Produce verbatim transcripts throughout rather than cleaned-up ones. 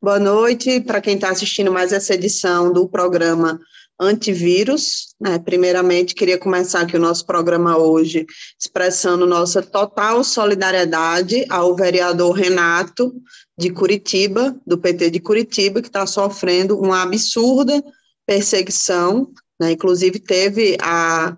Boa noite para quem está assistindo mais essa edição do programa Antivírus. Né? Primeiramente, queria começar aqui o nosso programa hoje expressando nossa total solidariedade ao vereador Renato de Curitiba, do P T de Curitiba, que está sofrendo uma absurda perseguição, né? Inclusive teve a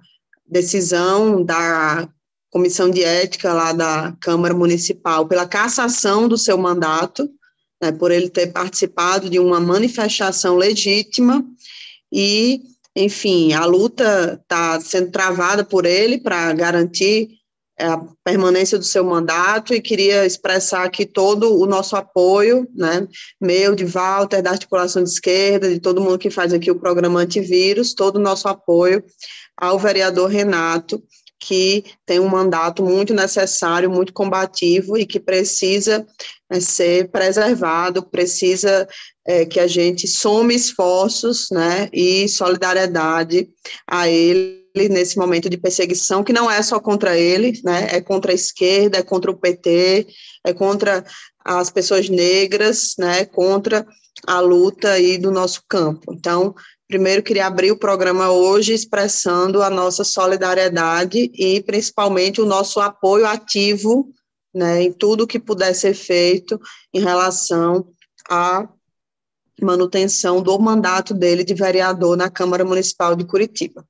decisão da Comissão de Ética lá da Câmara Municipal pela cassação do seu mandato, né, por ele ter participado de uma manifestação legítima e, enfim, a luta está sendo travada por ele para garantir a permanência do seu mandato e queria expressar aqui todo o nosso apoio, né, meu, de Walter, da Articulação de Esquerda, de todo mundo que faz aqui o programa Antivírus, todo o nosso apoio ao vereador Renato, que tem um mandato muito necessário, muito combativo e que precisa é, ser preservado, precisa é, que a gente some esforços, né, e solidariedade a ele nesse momento de perseguição, que não é só contra ele, né, é contra a esquerda, é contra o P T, é contra as pessoas negras, né, contra a luta aí do nosso campo. Então, primeiro, queria abrir o programa hoje expressando a nossa solidariedade e, principalmente, o nosso apoio ativo, né, em tudo que puder ser feito em relação à manutenção do mandato dele de vereador na Câmara Municipal de Curitiba.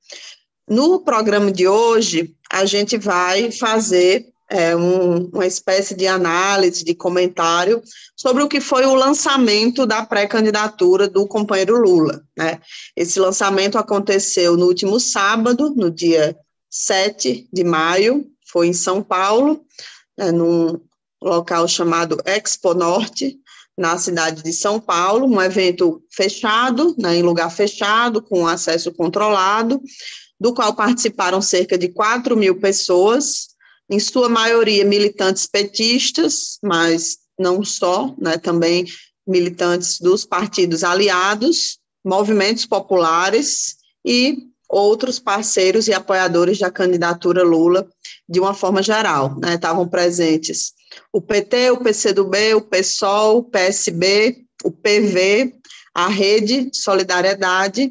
No programa de hoje, a gente vai fazer é, um, uma espécie de análise, de comentário sobre o que foi o lançamento da pré-candidatura do companheiro Lula, né? Esse lançamento aconteceu no último sábado, no dia sete de maio, foi em São Paulo, né, num local chamado Expo Norte, na cidade de São Paulo, um evento fechado, né, em lugar fechado, com acesso controlado, do qual participaram cerca de quatro mil pessoas, em sua maioria militantes petistas, mas não só, né, também militantes dos partidos aliados, movimentos populares e outros parceiros e apoiadores da candidatura Lula, de uma forma geral, né, estavam presentes o P T, o P C do B, o PSOL, o P S B, o P V, a Rede Solidariedade,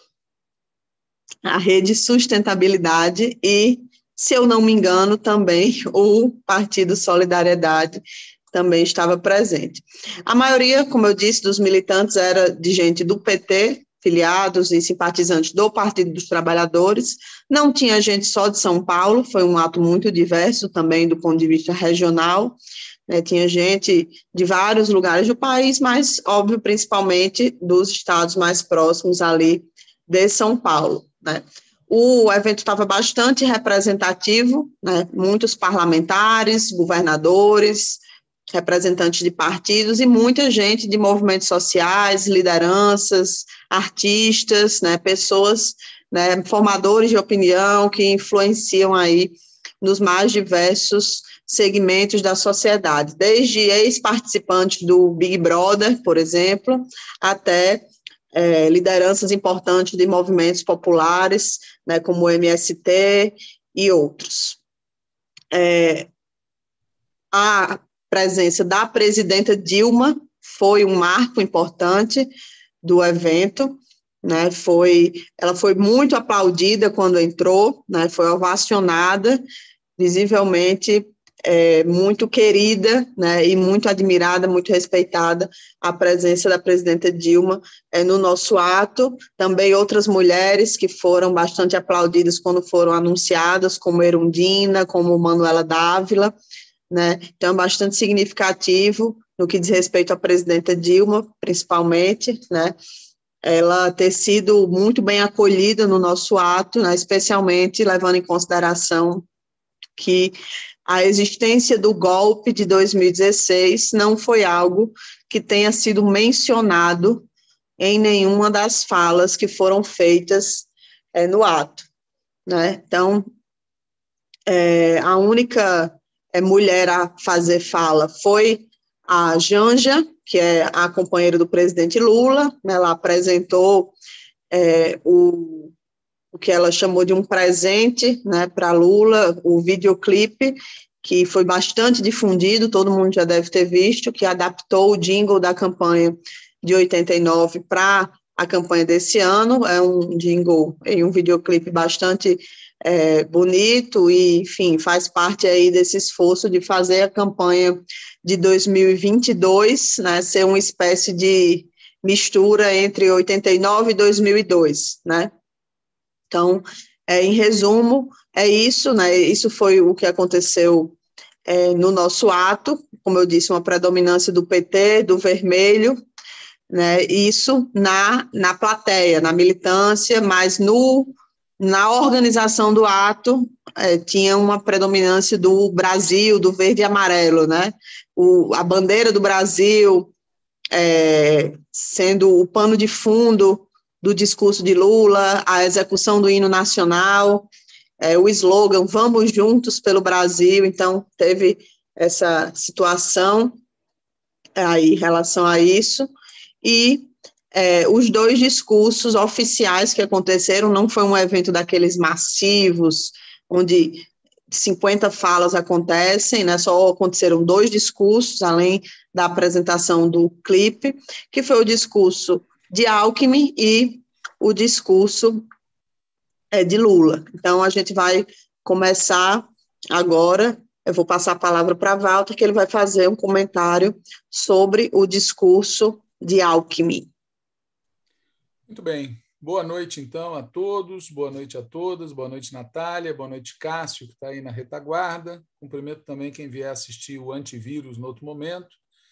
a Rede Sustentabilidade e, se eu não me engano, também o Partido Solidariedade também estava presente. A maioria, como eu disse, dos militantes era de gente do P T, filiados e simpatizantes do Partido dos Trabalhadores, não tinha gente só de São Paulo, foi um ato muito diverso também do ponto de vista regional, né, tinha gente de vários lugares do país, mas, óbvio, principalmente dos estados mais próximos ali de São Paulo, né. O evento estava bastante representativo, né, muitos parlamentares, governadores, representantes de partidos e muita gente de movimentos sociais, lideranças, artistas, né, pessoas, né, formadores de opinião que influenciam aí nos mais diversos segmentos da sociedade, desde ex-participantes do Big Brother, por exemplo, até é, lideranças importantes de movimentos populares, né, como o M S T e outros. É, a presença da presidenta Dilma foi um marco importante do evento, né, foi, ela foi muito aplaudida quando entrou, né, foi ovacionada, visivelmente é, muito querida, né, e muito admirada, muito respeitada a presença da presidenta Dilma é, no nosso ato, também outras mulheres que foram bastante aplaudidas quando foram anunciadas, como Erundina, como Manuela Dávila, né, então é bastante significativo no que diz respeito à presidenta Dilma, principalmente, né, ela ter sido muito bem acolhida no nosso ato, né, especialmente levando em consideração que a existência do golpe de dois mil e dezesseis não foi algo que tenha sido mencionado em nenhuma das falas que foram feitas é, no ato, né, então é, a única é, mulher a fazer fala foi a Janja, que é a companheira do presidente Lula, né, ela apresentou é, o, o que ela chamou de um presente, né, para Lula, o videoclipe, que foi bastante difundido, todo mundo já deve ter visto, que adaptou o jingle da campanha de oitenta e nove para a campanha desse ano. É um jingle em um videoclipe bastante é, bonito e, enfim, faz parte aí desse esforço de fazer a campanha de dois mil e vinte e dois, né, ser uma espécie de mistura entre oitenta e nove e dois mil e dois, né? Então, é, em resumo, é isso, né? Isso foi o que aconteceu é, no nosso ato, como eu disse, uma predominância do P T, do vermelho, né? Isso na, na plateia, na militância, mas no, na organização do ato é, tinha uma predominância do Brasil, do verde e amarelo, né? O, a bandeira do Brasil é, sendo o pano de fundo do discurso de Lula, a execução do hino nacional, é, o slogan "Vamos juntos pelo Brasil". Então, teve essa situação aí em relação a isso, e é, os dois discursos oficiais que aconteceram, não foi um evento daqueles massivos, onde cinquenta falas acontecem, né, só aconteceram dois discursos, além da apresentação do clipe, que foi o discurso de Alckmin e o discurso é, de Lula. Então, a gente vai começar agora, eu vou passar a palavra para a Walter, que ele vai fazer um comentário sobre o discurso de Alckmin. Muito bem. Boa noite, então, a todos, boa noite a todas, boa noite, Natália, boa noite, Cássio, que está aí na retaguarda. Cumprimento também quem vier assistir o Antivírus no outro momento.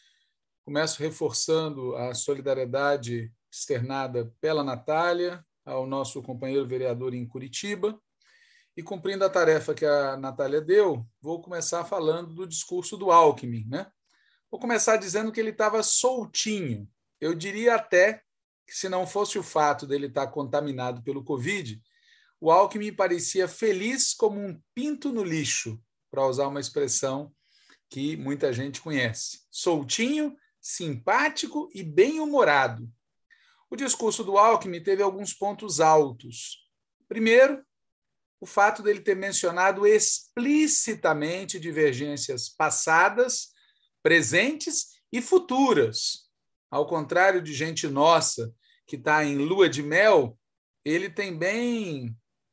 Começo reforçando a solidariedade externada pela Natália, ao nosso companheiro vereador em Curitiba, e cumprindo a tarefa que a Natália deu, vou começar falando do discurso do Alckmin, né? Vou começar dizendo que ele estava soltinho. Eu diria até que, se não fosse o fato dele estar contaminado pelo Covid, o Alckmin parecia feliz como um pinto no lixo, para usar uma expressão que muita gente conhece. Soltinho, simpático e bem-humorado. O discurso do Alckmin teve alguns pontos altos. Primeiro, o fato dele ter mencionado explicitamente divergências passadas, presentes e futuras. Ao contrário de gente nossa, que está em lua de mel, ele tem bem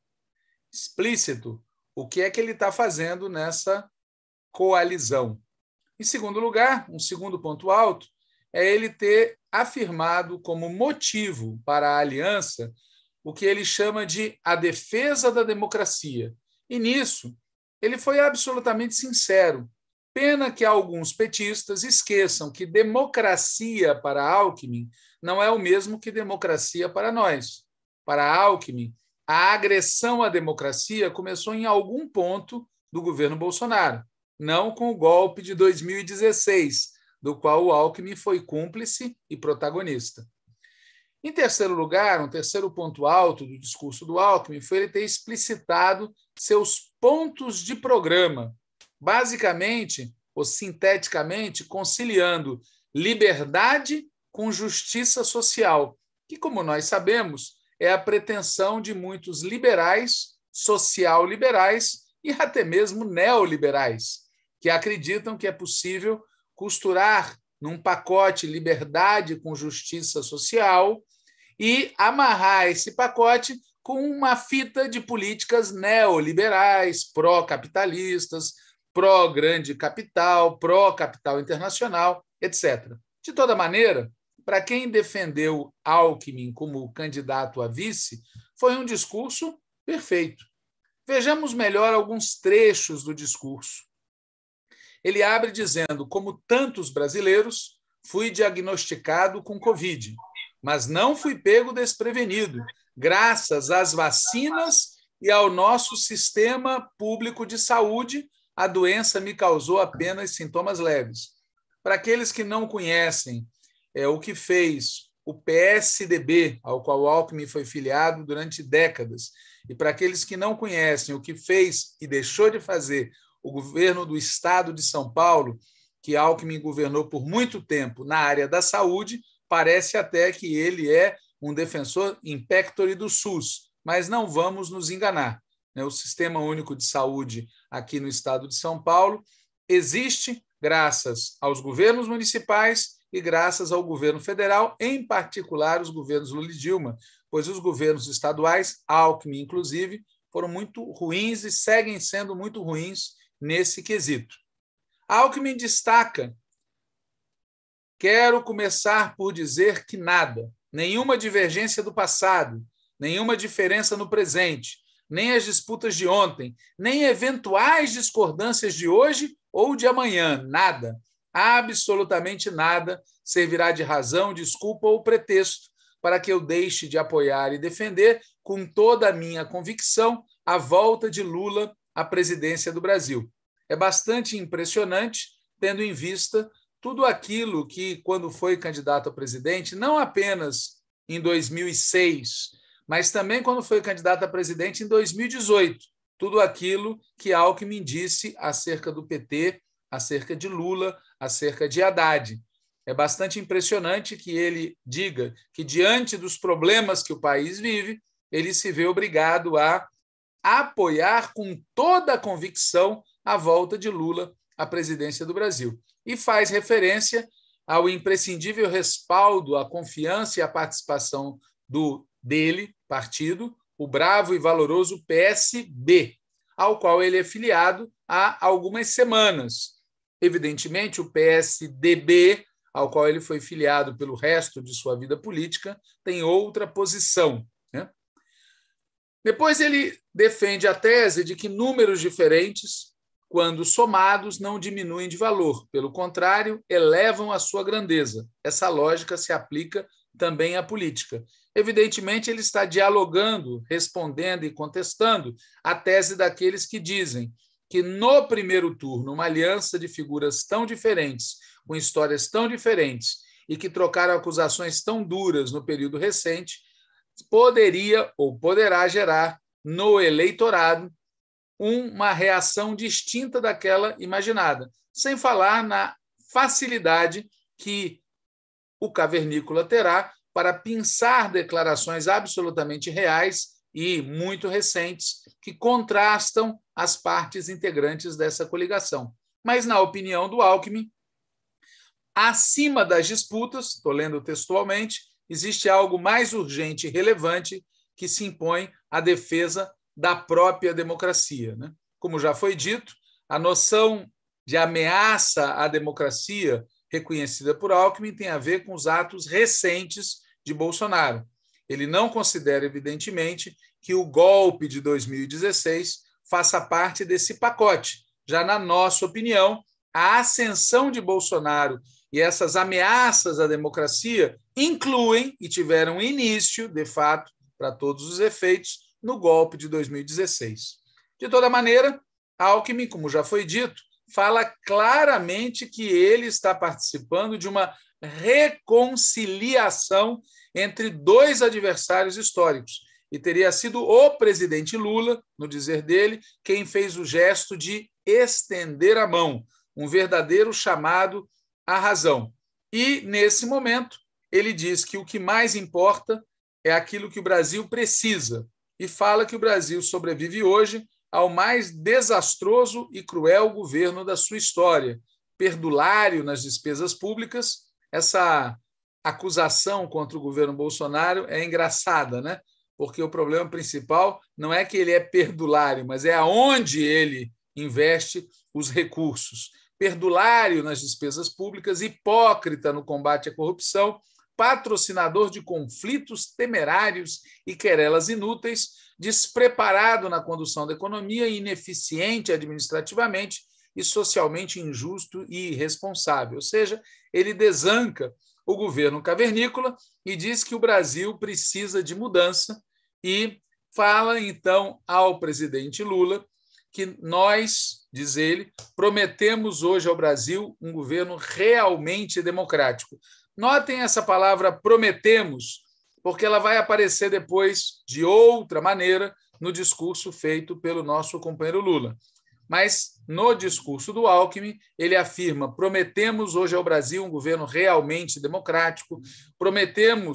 explícito o que é que ele está fazendo nessa coalizão. Em segundo lugar, um segundo ponto alto, é ele ter afirmado como motivo para a aliança o que ele chama de a defesa da democracia. E nisso, ele foi absolutamente sincero. Pena que alguns petistas esqueçam que democracia para Alckmin não é o mesmo que democracia para nós. Para Alckmin, a agressão à democracia começou em algum ponto do governo Bolsonaro, não com o golpe de dois mil e dezesseis, do qual o Alckmin foi cúmplice e protagonista. Em terceiro lugar, um terceiro ponto alto do discurso do Alckmin foi ele ter explicitado seus pontos de programa, basicamente, ou sinteticamente, conciliando liberdade com justiça social, que, como nós sabemos, é a pretensão de muitos liberais, social-liberais e até mesmo neoliberais, que acreditam que é possível costurar num pacote liberdade com justiça social e amarrar esse pacote com uma fita de políticas neoliberais, pró-capitalistas, pró-grande capital, pró-capital internacional, etcétera. De toda maneira, para quem defendeu Alckmin como candidato a vice, foi um discurso perfeito. Vejamos melhor alguns trechos do discurso. Ele abre dizendo: como tantos brasileiros, fui diagnosticado com Covid, mas não fui pego desprevenido, graças às vacinas e ao nosso sistema público de saúde. A doença me causou apenas sintomas leves. Para aqueles que não conhecem é, o que fez o P S D B, ao qual o Alckmin foi filiado durante décadas, e para aqueles que não conhecem o que fez e deixou de fazer o governo do estado de São Paulo, que Alckmin governou por muito tempo na área da saúde, parece até que ele é um defensor in pectore do SUS, mas não vamos nos enganar. né, o Sistema Único de Saúde aqui no estado de São Paulo, existe graças aos governos municipais e graças ao governo federal, em particular os governos Lula e Dilma, pois os governos estaduais, Alckmin inclusive, foram muito ruins e seguem sendo muito ruins nesse quesito. Alckmin destaca: quero começar por dizer que nada, nenhuma divergência do passado, nenhuma diferença no presente, nem as disputas de ontem, nem eventuais discordâncias de hoje ou de amanhã, nada, absolutamente nada, servirá de razão, desculpa ou pretexto para que eu deixe de apoiar e defender com toda a minha convicção a volta de Lula à presidência do Brasil. É bastante impressionante, tendo em vista tudo aquilo que, quando foi candidato a presidente, não apenas em dois mil e seis, mas também quando foi candidato a presidente em dois mil e dezoito, tudo aquilo que Alckmin disse acerca do P T, acerca de Lula, acerca de Haddad. É bastante impressionante que ele diga que, diante dos problemas que o país vive, ele se vê obrigado a apoiar com toda a convicção a volta de Lula à presidência do Brasil. E faz referência ao imprescindível respaldo, à confiança e à participação do dele, partido, o bravo e valoroso P S B, ao qual ele é filiado há algumas semanas. Evidentemente, o P S D B, ao qual ele foi filiado pelo resto de sua vida política, tem outra posição, né? Depois ele defende a tese de que números diferentes, quando somados, não diminuem de valor. Pelo contrário, elevam a sua grandeza. Essa lógica se aplica também à política. Evidentemente, ele está dialogando, respondendo e contestando a tese daqueles que dizem que, no primeiro turno, uma aliança de figuras tão diferentes, com histórias tão diferentes e que trocaram acusações tão duras no período recente, poderia ou poderá gerar no eleitorado uma reação distinta daquela imaginada, sem falar na facilidade que o cavernícola terá para pensar declarações absolutamente reais e muito recentes que contrastam as partes integrantes dessa coligação. Mas, na opinião do Alckmin, acima das disputas, estou lendo textualmente, existe algo mais urgente e relevante que se impõe à defesa da própria democracia, né? Como já foi dito, a noção de ameaça à democracia reconhecida por Alckmin tem a ver com os atos recentes de Bolsonaro. Ele não considera, evidentemente, que o golpe de dois mil e dezesseis faça parte desse pacote. Já na nossa opinião, a ascensão de Bolsonaro e essas ameaças à democracia incluem e tiveram início, de fato, para todos os efeitos, no golpe de dois mil e dezesseis. De toda maneira, Alckmin, como já foi dito, fala claramente que ele está participando de uma reconciliação entre dois adversários históricos. E teria sido o presidente Lula, no dizer dele, quem fez o gesto de estender a mão, um verdadeiro chamado à razão. E, nesse momento, ele diz que o que mais importa é aquilo que o Brasil precisa, e fala que o Brasil sobrevive hoje ao mais desastroso e cruel governo da sua história, perdulário nas despesas públicas. Essa acusação contra o governo Bolsonaro é engraçada, né? Porque o problema principal não é que ele é perdulário, mas é aonde ele investe os recursos. Perdulário nas despesas públicas, hipócrita no combate à corrupção, patrocinador de conflitos temerários e querelas inúteis, despreparado na condução da economia, ineficiente administrativamente e socialmente injusto e irresponsável. Ou seja, ele desanca o governo cavernícola e diz que o Brasil precisa de mudança e fala, então, ao presidente Lula que nós, diz ele, prometemos hoje ao Brasil um governo realmente democrático. Notem essa palavra prometemos, porque ela vai aparecer depois, de outra maneira, no discurso feito pelo nosso companheiro Lula. Mas, no discurso do Alckmin, ele afirma: prometemos hoje ao Brasil um governo realmente democrático, prometemos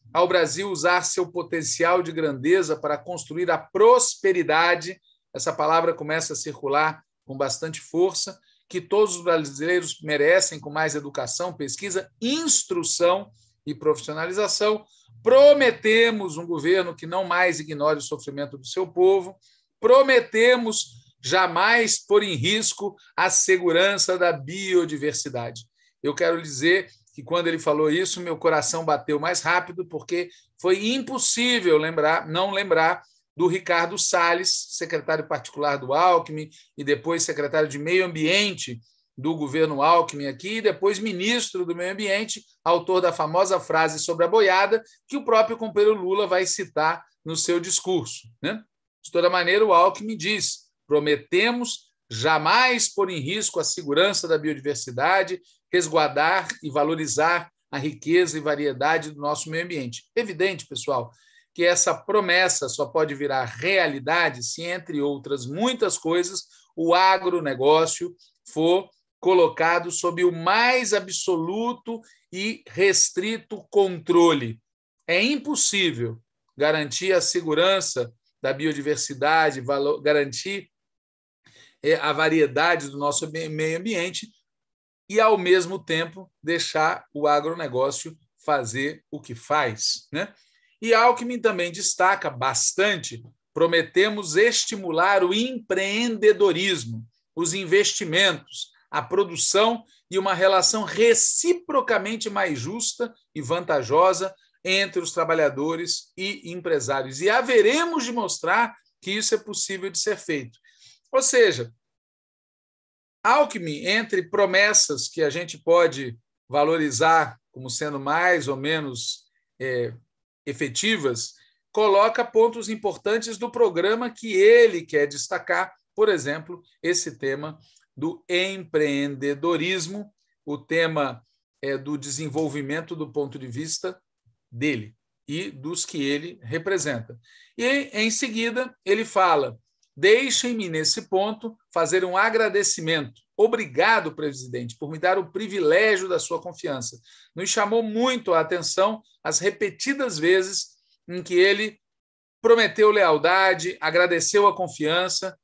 ao Brasil usar seu potencial de grandeza para construir a prosperidade, essa palavra começa a circular com bastante força, que todos os brasileiros merecem, com mais educação, pesquisa, instrução e profissionalização. Prometemos um governo que não mais ignore o sofrimento do seu povo. Prometemos jamais pôr em risco a segurança da biodiversidade. Eu quero dizer que, quando ele falou isso, meu coração bateu mais rápido, porque foi impossível lembrar, não lembrar do Ricardo Salles, secretário particular do Alckmin, e depois secretário de Meio Ambiente do governo Alckmin aqui, e depois ministro do Meio Ambiente, autor da famosa frase sobre a boiada, que o próprio companheiro Lula vai citar no seu discurso, né? De toda maneira, o Alckmin diz: prometemos jamais pôr em risco a segurança da biodiversidade, resguardar e valorizar a riqueza e variedade do nosso meio ambiente. Evidente, pessoal, que essa promessa só pode virar realidade se, entre outras muitas coisas, o agronegócio for colocado sob o mais absoluto e restrito controle. É impossível garantir a segurança da biodiversidade, garantir a variedade do nosso meio ambiente e, ao mesmo tempo, deixar o agronegócio fazer o que faz, né? E Alckmin também destaca bastante: prometemos estimular o empreendedorismo, os investimentos, a produção e uma relação reciprocamente mais justa e vantajosa entre os trabalhadores e empresários. E haveremos de mostrar que isso é possível de ser feito. Ou seja, Alckmin, entre promessas que a gente pode valorizar como sendo mais ou menos é, efetivas, coloca pontos importantes do programa que ele quer destacar, por exemplo, esse tema do empreendedorismo, o tema é, do desenvolvimento do ponto de vista dele e dos que ele representa. E, em seguida, ele fala: deixem-me, nesse ponto, fazer um agradecimento. Obrigado, presidente, por me dar o privilégio da sua confiança. Nos chamou muito a atenção as repetidas vezes em que ele prometeu lealdade, agradeceu a confiança,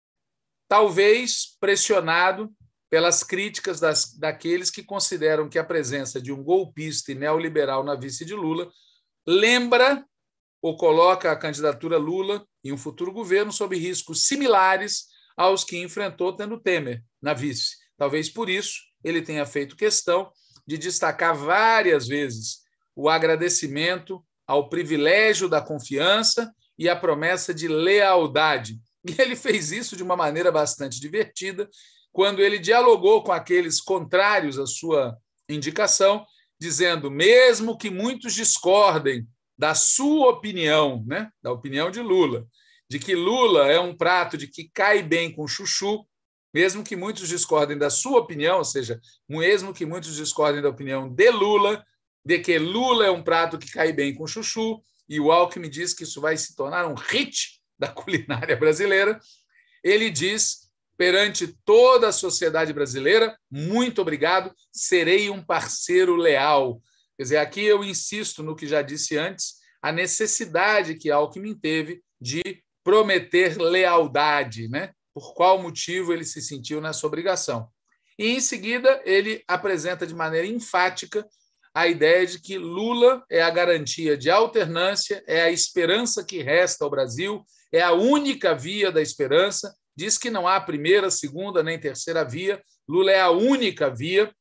talvez pressionado pelas críticas das, daqueles que consideram que a presença de um golpista e neoliberal na vice de Lula lembra ou coloca a candidatura Lula em um futuro governo sob riscos similares aos que enfrentou tendo Temer na vice. Talvez por isso ele tenha feito questão de destacar várias vezes o agradecimento ao privilégio da confiança e a promessa de lealdade. E ele fez isso de uma maneira bastante divertida, quando ele dialogou com aqueles contrários à sua indicação, dizendo: mesmo que muitos discordem da sua opinião, né, da opinião de Lula, de que Lula é um prato de que cai bem com chuchu, mesmo que muitos discordem da sua opinião, ou seja, mesmo que muitos discordem da opinião de Lula, de que Lula é um prato que cai bem com chuchu, e o Alckmin diz que isso vai se tornar um hit da culinária brasileira, ele diz perante toda a sociedade brasileira: muito obrigado, serei um parceiro leal. Quer dizer, aqui eu insisto no que já disse antes, a necessidade que Alckmin teve de prometer lealdade, né? Por qual motivo ele se sentiu nessa obrigação. E, em seguida, ele apresenta de maneira enfática a ideia de que Lula é a garantia de alternância, é a esperança que resta ao Brasil, é a única via da esperança. Diz que não há primeira, segunda nem terceira via, Lula é a única via,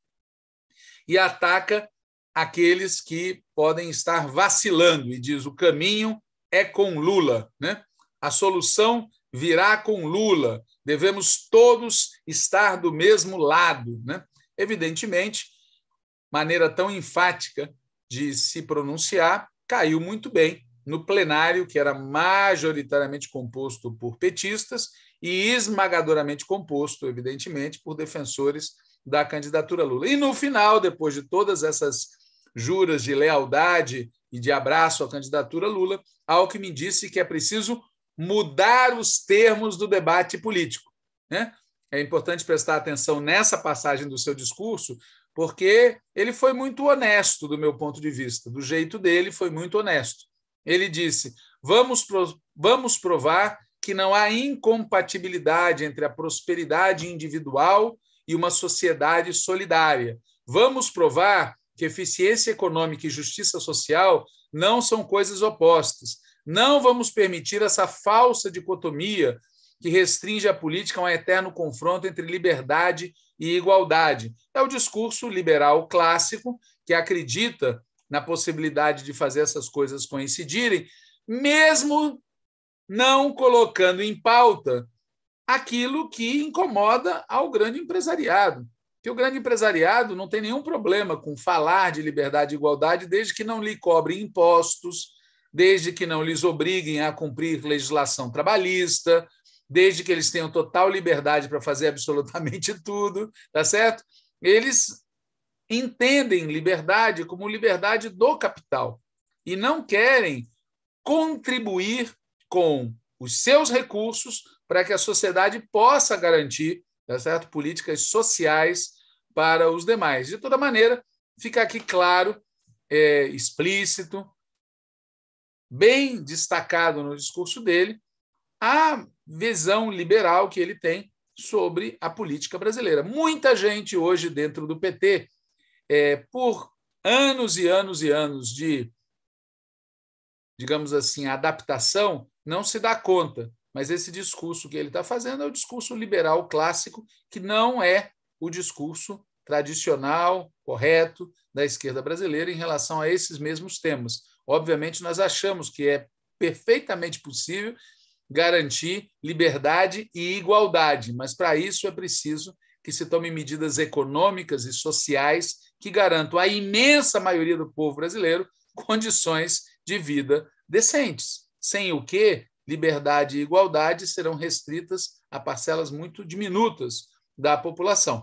e ataca aqueles que podem estar vacilando, e diz: o caminho é com Lula, né? A solução virá com Lula, devemos todos estar do mesmo lado, né? Evidentemente, maneira tão enfática de se pronunciar, caiu muito bem no plenário, que era majoritariamente composto por petistas e esmagadoramente composto, evidentemente, por defensores da candidatura Lula. E, no final, depois de todas essas juras de lealdade e de abraço à candidatura Lula, Alckmin disse que é preciso mudar os termos do debate político, né? É importante prestar atenção nessa passagem do seu discurso, porque ele foi muito honesto do meu ponto de vista, do jeito dele foi muito honesto. Ele disse, vamos, vamos provar que não há incompatibilidade entre a prosperidade individual e uma sociedade solidária. Vamos provar que eficiência econômica e justiça social não são coisas opostas. Não vamos permitir essa falsa dicotomia que restringe a política a um eterno confronto entre liberdade e igualdade. É o discurso liberal clássico que acredita na possibilidade de fazer essas coisas coincidirem, mesmo não colocando em pauta aquilo que incomoda ao grande empresariado. Que o grande empresariado não tem nenhum problema com falar de liberdade e igualdade desde que não lhe cobrem impostos, desde que não lhes obriguem a cumprir legislação trabalhista, desde que eles tenham total liberdade para fazer absolutamente tudo, tá certo? Eles entendem liberdade como liberdade do capital e não querem contribuir com os seus recursos para que a sociedade possa garantir, tá certo? Políticas sociais para os demais. De toda maneira, fica aqui claro, é, explícito, bem destacado no discurso dele, a visão liberal que ele tem sobre a política brasileira. Muita gente hoje dentro do P T, é, por anos e anos e anos de, digamos assim, adaptação, não se dá conta. Mas esse discurso que ele está fazendo é o discurso liberal clássico, que não é o discurso tradicional, correto, da esquerda brasileira em relação a esses mesmos temas. Obviamente, nós achamos que é perfeitamente possível garantir liberdade e igualdade, mas para isso é preciso que se tomem medidas econômicas e sociais que garantam à imensa maioria do povo brasileiro condições de vida decentes, sem o que liberdade e igualdade serão restritas a parcelas muito diminutas da população.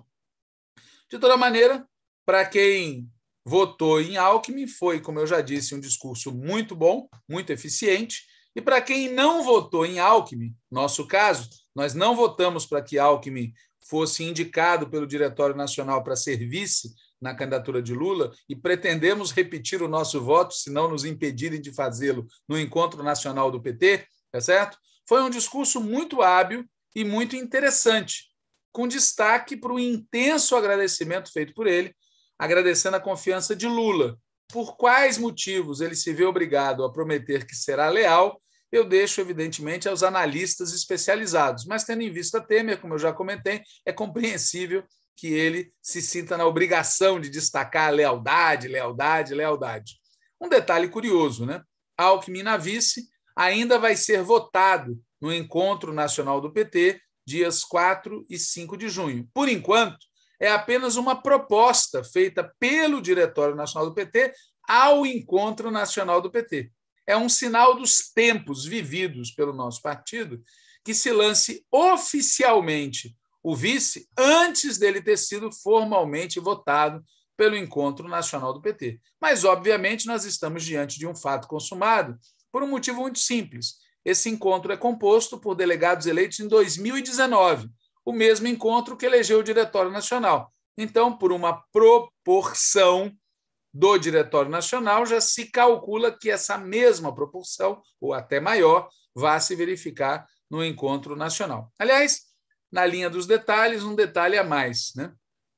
De toda maneira, para quem votou em Alckmin, foi, como eu já disse, um discurso muito bom, muito eficiente. E para quem não votou em Alckmin, nosso caso, nós não votamos para que Alckmin fosse indicado pelo Diretório Nacional para ser vice na candidatura de Lula e pretendemos repetir o nosso voto, se não nos impedirem de fazê-lo no Encontro Nacional do P T, tá certo? Foi um discurso muito hábil e muito interessante, com destaque para o intenso agradecimento feito por ele, agradecendo a confiança de Lula. Por quais motivos ele se vê obrigado a prometer que será leal, eu deixo, evidentemente, aos analistas especializados. Mas, tendo em vista Temer, como eu já comentei, é compreensível que ele se sinta na obrigação de destacar lealdade, lealdade, lealdade. Um detalhe curioso, né? Alckmin na vice ainda vai ser votado no Encontro Nacional do P T, dias quatro e cinco de junho. Por enquanto, é apenas uma proposta feita pelo Diretório Nacional do P T ao Encontro Nacional do P T. É um sinal dos tempos vividos pelo nosso partido que se lance oficialmente o vice antes dele ter sido formalmente votado pelo Encontro Nacional do P T. Mas, obviamente, nós estamos diante de um fato consumado por um motivo muito simples. Esse encontro é composto por delegados eleitos em dois mil e dezenove, o mesmo encontro que elegeu o Diretório Nacional. Então, por uma proporção do Diretório Nacional, já se calcula que essa mesma proporção, ou até maior, vá se verificar no Encontro Nacional. Aliás, na linha dos detalhes, um detalhe a mais, né?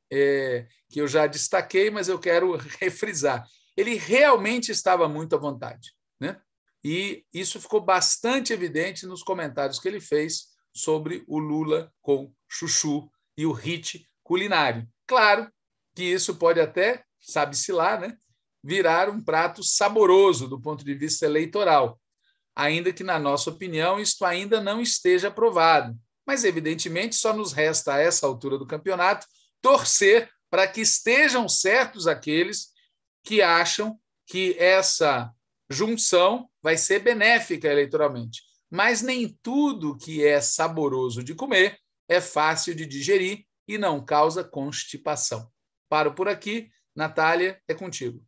É, que eu já destaquei, mas eu quero refrisar. Ele realmente estava muito à vontade, né? E isso ficou bastante evidente nos comentários que ele fez sobre o Lula com chuchu e o hit culinário. Claro que isso pode até, sabe-se lá, né, virar um prato saboroso do ponto de vista eleitoral, ainda que, na nossa opinião, isto ainda não esteja aprovado. Mas, evidentemente, só nos resta, a essa altura do campeonato, torcer para que estejam certos aqueles que acham que essa junção vai ser benéfica eleitoralmente. Mas nem tudo que é saboroso de comer é fácil de digerir e não causa constipação. Paro por aqui. Natália, é contigo.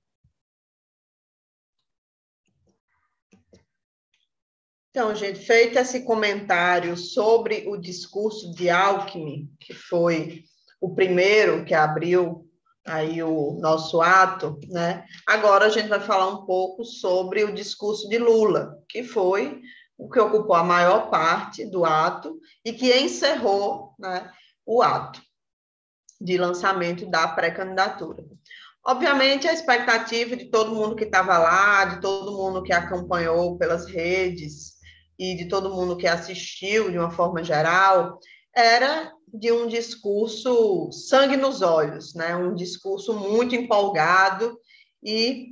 Então, gente, feito esse comentário sobre o discurso de Alckmin, que foi o primeiro que abriu aí o nosso ato, né? Agora a gente vai falar um pouco sobre o discurso de Lula, que foi o que ocupou a maior parte do ato e que encerrou, né, o ato de lançamento da pré-candidatura. Obviamente, a expectativa de todo mundo que estava lá, de todo mundo que acompanhou pelas redes e de todo mundo que assistiu de uma forma geral, era de um discurso sangue nos olhos, né? Um discurso muito empolgado e,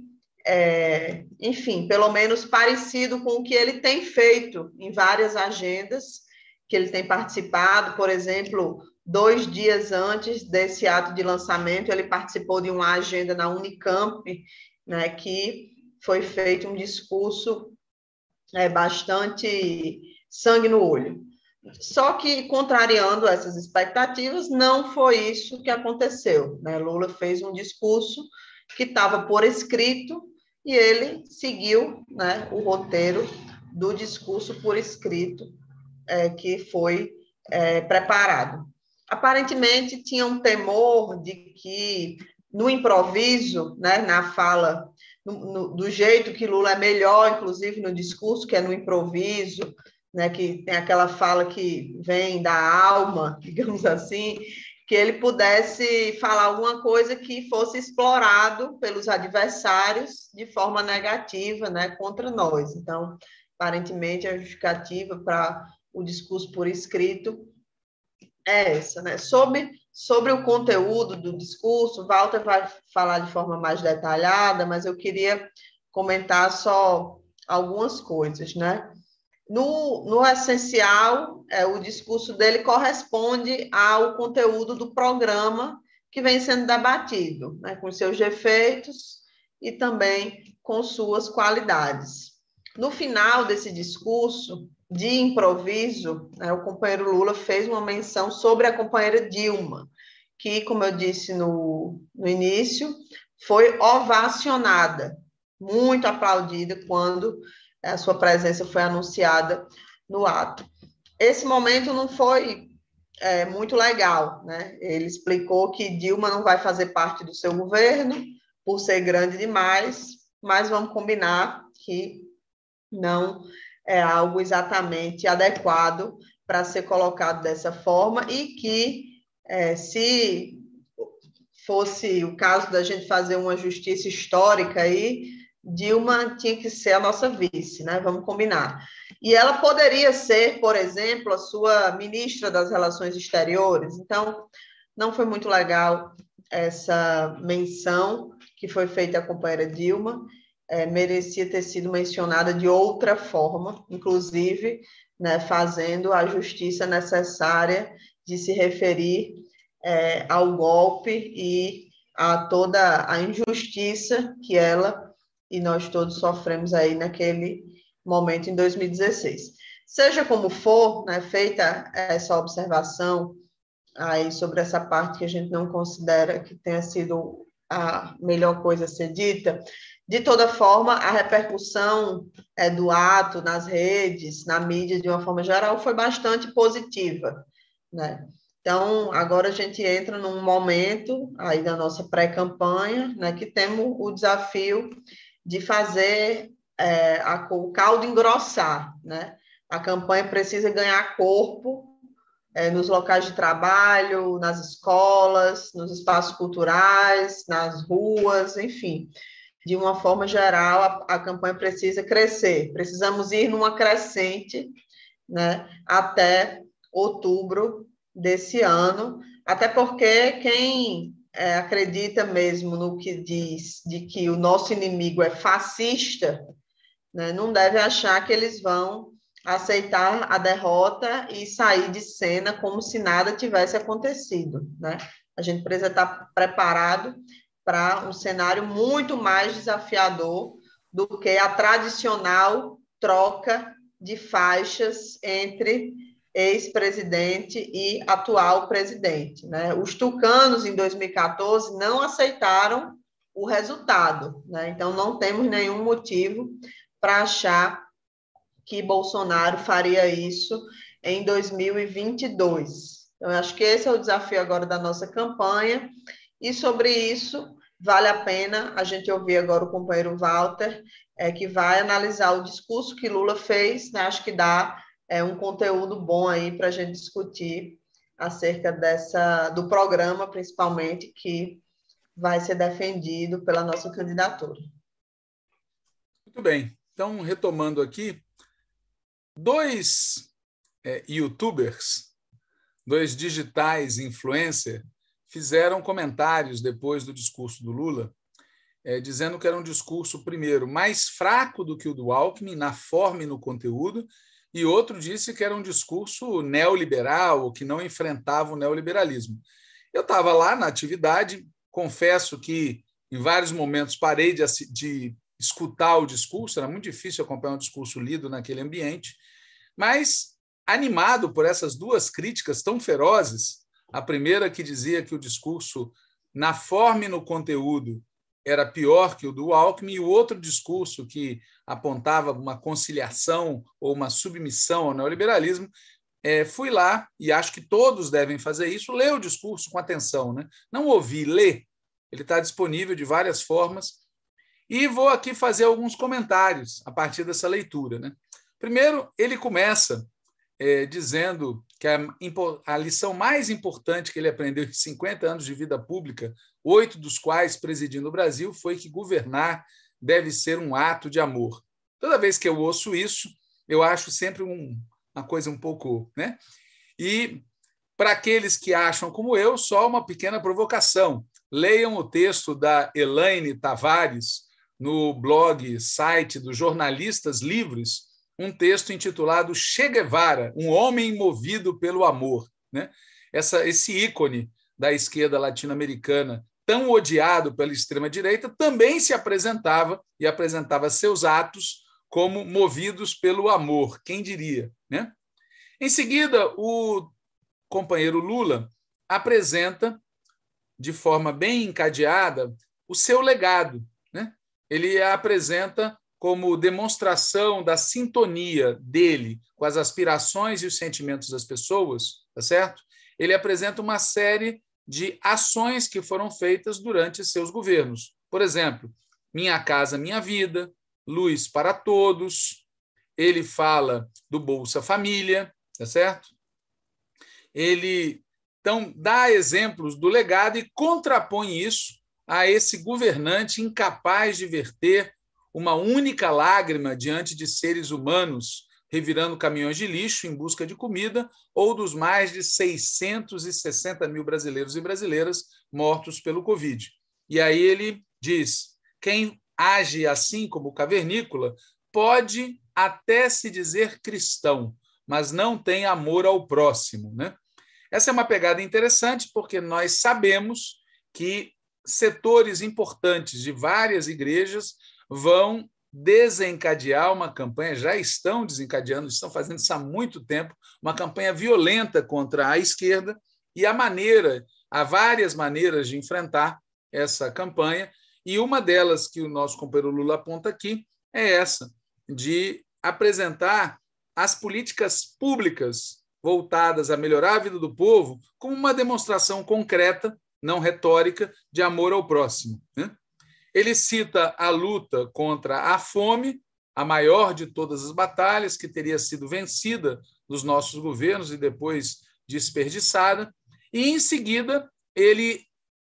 é, enfim, pelo menos parecido com o que ele tem feito em várias agendas que ele tem participado. Por exemplo, dois dias antes desse ato de lançamento, ele participou de uma agenda na Unicamp, né, que foi feito um discurso é, bastante sangue no olho. Só que, contrariando essas expectativas, não foi isso que aconteceu, né? Lula fez um discurso que estava por escrito e ele seguiu, né, o roteiro do discurso por escrito é, que foi é, preparado. Aparentemente, tinha um temor de que, no improviso, né, na fala, no, no, do jeito que Lula é melhor, inclusive no discurso, que é no improviso, né, que tem aquela fala que vem da alma, digamos assim, que ele pudesse falar alguma coisa que fosse explorado pelos adversários de forma negativa, né, contra nós. Então, aparentemente, a justificativa para o discurso por escrito é essa, né? Sobre, sobre o conteúdo do discurso, Walter vai falar de forma mais detalhada, mas eu queria comentar só algumas coisas, né? No, no essencial, é, o discurso dele corresponde ao conteúdo do programa que vem sendo debatido, né? Com seus defeitos e também com suas qualidades. No final desse discurso, de improviso, né, o companheiro Lula fez uma menção sobre a companheira Dilma, que, como eu disse no, no início, foi ovacionada, muito aplaudida quando a sua presença foi anunciada no ato. Esse momento não foi é, muito legal, né? Ele explicou que Dilma não vai fazer parte do seu governo por ser grande demais, mas vamos combinar que não é algo exatamente adequado para ser colocado dessa forma e que, é, se fosse o caso da gente fazer uma justiça histórica aí, Dilma tinha que ser a nossa vice, né? Vamos combinar. E ela poderia ser, por exemplo, a sua ministra das Relações Exteriores. Então, não foi muito legal essa menção que foi feita à companheira Dilma. É, merecia ter sido mencionada de outra forma, inclusive, né, fazendo a justiça necessária de se referir é, ao golpe e a toda a injustiça que ela e nós todos sofremos aí naquele momento em dois mil e dezesseis. Seja como for, né, feita essa observação aí sobre essa parte que a gente não considera que tenha sido a melhor coisa a ser dita, de toda forma, a repercussão é, do ato nas redes, na mídia, de uma forma geral, foi bastante positiva, né? Então, agora a gente entra num momento aí da nossa pré-campanha, né, que temos o desafio de fazer é, a, o caldo engrossar, né? A campanha precisa ganhar corpo é, nos locais de trabalho, nas escolas, nos espaços culturais, nas ruas, enfim. De uma forma geral, a, a campanha precisa crescer. Precisamos ir numa crescente, né, até outubro desse ano, até porque quem é, acredita mesmo no que diz de que o nosso inimigo é fascista, né, não deve achar que eles vão aceitar a derrota e sair de cena como se nada tivesse acontecido, né? A gente precisa estar preparado para um cenário muito mais desafiador do que a tradicional troca de faixas entre ex-presidente e atual presidente, né? Os tucanos, em dois mil e quatorze, não aceitaram o resultado, né? Então, não temos nenhum motivo para achar que Bolsonaro faria isso em dois mil e vinte e dois. Então, eu acho que esse é o desafio agora da nossa campanha E sobre isso, vale a pena a gente ouvir agora o companheiro Walter, é, que vai analisar o discurso que Lula fez, né? Acho que dá é, um conteúdo bom aí para a gente discutir acerca dessa, do programa, principalmente, que vai ser defendido pela nossa candidatura. Muito bem. Então, retomando aqui, dois é, youtubers, dois digitais influencer, fizeram comentários depois do discurso do Lula, é, dizendo que era um discurso, primeiro, mais fraco do que o do Alckmin, na forma e no conteúdo, e outro disse que era um discurso neoliberal, que não enfrentava o neoliberalismo. Eu estava lá na atividade, confesso que em vários momentos parei de, de escutar o discurso, era muito difícil acompanhar um discurso lido naquele ambiente, mas, animado por essas duas críticas tão ferozes, a primeira que dizia que o discurso, na forma e no conteúdo, era pior que o do Alckmin, e o outro discurso que apontava uma conciliação ou uma submissão ao neoliberalismo, é, fui lá, e acho que todos devem fazer isso, ler o discurso com atenção, né? Não ouvir, ler. Ele está disponível de várias formas. E vou aqui fazer alguns comentários a partir dessa leitura, né? Primeiro, ele começa é, dizendo que a, a lição mais importante que ele aprendeu em cinquenta anos de vida pública, oito dos quais presidindo o Brasil, foi que governar deve ser um ato de amor. Toda vez que eu ouço isso, eu acho sempre um, uma coisa um pouco... né? E, para aqueles que acham como eu, só uma pequena provocação. Leiam o texto da Elaine Tavares no blog, site dos Jornalistas Livres, um texto intitulado Che Guevara, um homem movido pelo amor. Né? Essa, esse ícone da esquerda latino-americana, tão odiado pela extrema-direita, também se apresentava e apresentava seus atos como movidos pelo amor, quem diria? Né? Em seguida, o companheiro Lula apresenta, de forma bem encadeada, o seu legado. Né? Ele apresenta como demonstração da sintonia dele com as aspirações e os sentimentos das pessoas, tá certo? Ele apresenta uma série de ações que foram feitas durante seus governos. Por exemplo, Minha Casa Minha Vida, Luz para Todos. Ele fala do Bolsa Família, tá certo? Ele, então, dá exemplos do legado e contrapõe isso a esse governante incapaz de verter uma única lágrima diante de seres humanos revirando caminhões de lixo em busca de comida, ou dos mais de seiscentos e sessenta mil brasileiros e brasileiras mortos pelo Covid. E aí ele diz, quem age assim como cavernícola pode até se dizer cristão, mas não tem amor ao próximo. Né? Essa é uma pegada interessante, porque nós sabemos que setores importantes de várias igrejas vão desencadear uma campanha, já estão desencadeando, estão fazendo isso há muito tempo, uma campanha violenta contra a esquerda, e a maneira, há várias maneiras de enfrentar essa campanha, e uma delas que o nosso companheiro Lula aponta aqui é essa, de apresentar as políticas públicas voltadas a melhorar a vida do povo como uma demonstração concreta, não retórica, de amor ao próximo. Né? Ele cita a luta contra a fome, a maior de todas as batalhas, que teria sido vencida nos nossos governos e depois desperdiçada, e, em seguida, ele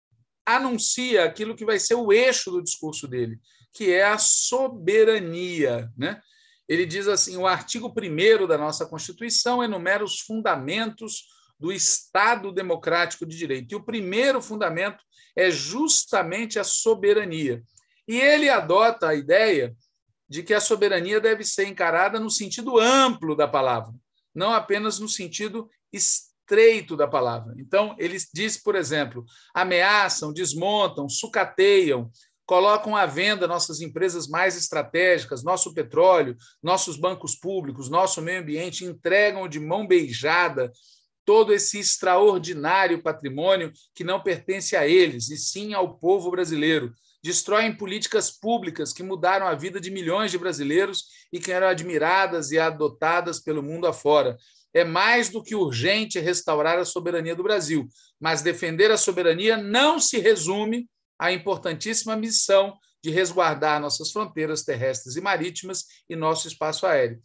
anuncia aquilo que vai ser o eixo do discurso dele, que é a soberania. Né? Ele diz assim, o artigo primeiro da nossa Constituição enumera os fundamentos do Estado democrático de direito. E o primeiro fundamento é justamente a soberania. E ele adota a ideia de que a soberania deve ser encarada no sentido amplo da palavra, não apenas no sentido estreito da palavra. Então, ele diz, por exemplo, ameaçam, desmontam, sucateiam, colocam à venda nossas empresas mais estratégicas, nosso petróleo, nossos bancos públicos, nosso meio ambiente, entregam de mão beijada todo esse extraordinário patrimônio que não pertence a eles, e sim ao povo brasileiro. destroem políticas públicas que mudaram a vida de milhões de brasileiros e que eram admiradas e adotadas pelo mundo afora. É mais do que urgente restaurar a soberania do Brasil, mas defender a soberania não se resume à importantíssima missão de resguardar nossas fronteiras terrestres e marítimas e nosso espaço aéreo.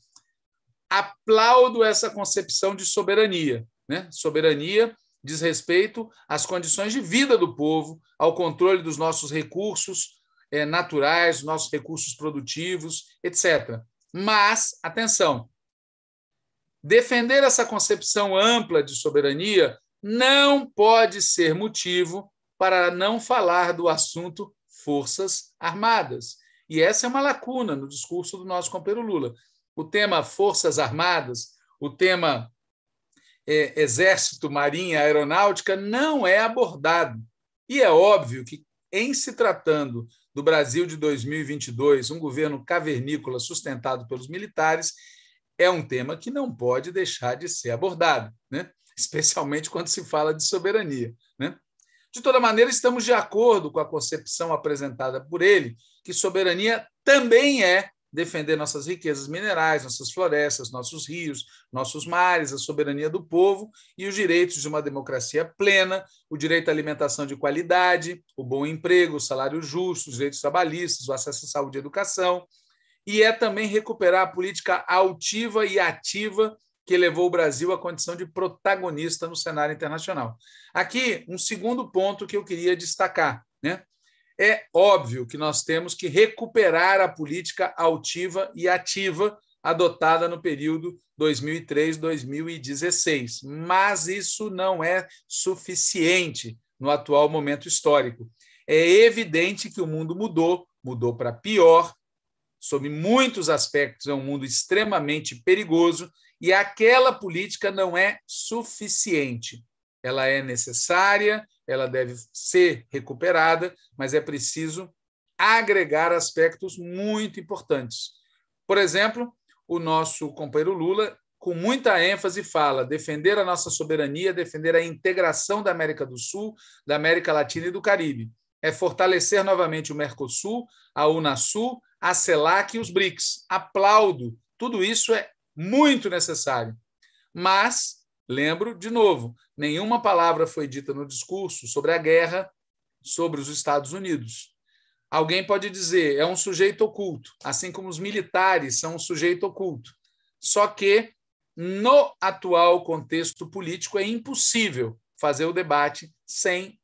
Aplaudo essa concepção de soberania, né? Soberania diz respeito às condições de vida do povo, ao controle dos nossos recursos eh, naturais, nossos recursos produtivos, etcétera. Mas, atenção, defender essa concepção ampla de soberania não pode ser motivo para não falar do assunto Forças Armadas. E essa é uma lacuna no discurso do nosso companheiro Lula. O tema Forças Armadas, o tema é, Exército, Marinha, Aeronáutica não é abordado. E é óbvio que, em se tratando do Brasil de dois mil e vinte e dois, um governo cavernícola sustentado pelos militares, é um tema que não pode deixar de ser abordado, né? Especialmente quando se fala de soberania, né? De toda maneira, estamos de acordo com a concepção apresentada por ele, que soberania também é defender nossas riquezas minerais, nossas florestas, nossos rios, nossos mares, a soberania do povo e os direitos de uma democracia plena, o direito à alimentação de qualidade, o bom emprego, o salário justo, os direitos trabalhistas, o acesso à saúde e à educação. E é também recuperar a política altiva e ativa que levou o Brasil à condição de protagonista no cenário internacional. Aqui, um segundo ponto que eu queria destacar, né? É óbvio que nós temos que recuperar a política altiva e ativa adotada no período dois mil e três a dois mil e dezesseis, mas isso não é suficiente no atual momento histórico. É evidente que o mundo mudou, mudou para pior, sob muitos aspectos é um mundo extremamente perigoso, e aquela política não é suficiente. Ela é necessária, ela deve ser recuperada, mas é preciso agregar aspectos muito importantes. Por exemplo, o nosso companheiro Lula, com muita ênfase, fala defender a nossa soberania, defender a integração da América do Sul, da América Latina e do Caribe. É fortalecer novamente o Mercosul, a Unasul, a CELAC e os BRICS. Aplaudo. Tudo isso é muito necessário. Mas, lembro, de novo, nenhuma palavra foi dita no discurso sobre a guerra sobre os Estados Unidos. Alguém pode dizer, é um sujeito oculto, assim como os militares são um sujeito oculto. Só que, no atual contexto político, é impossível fazer o debate sem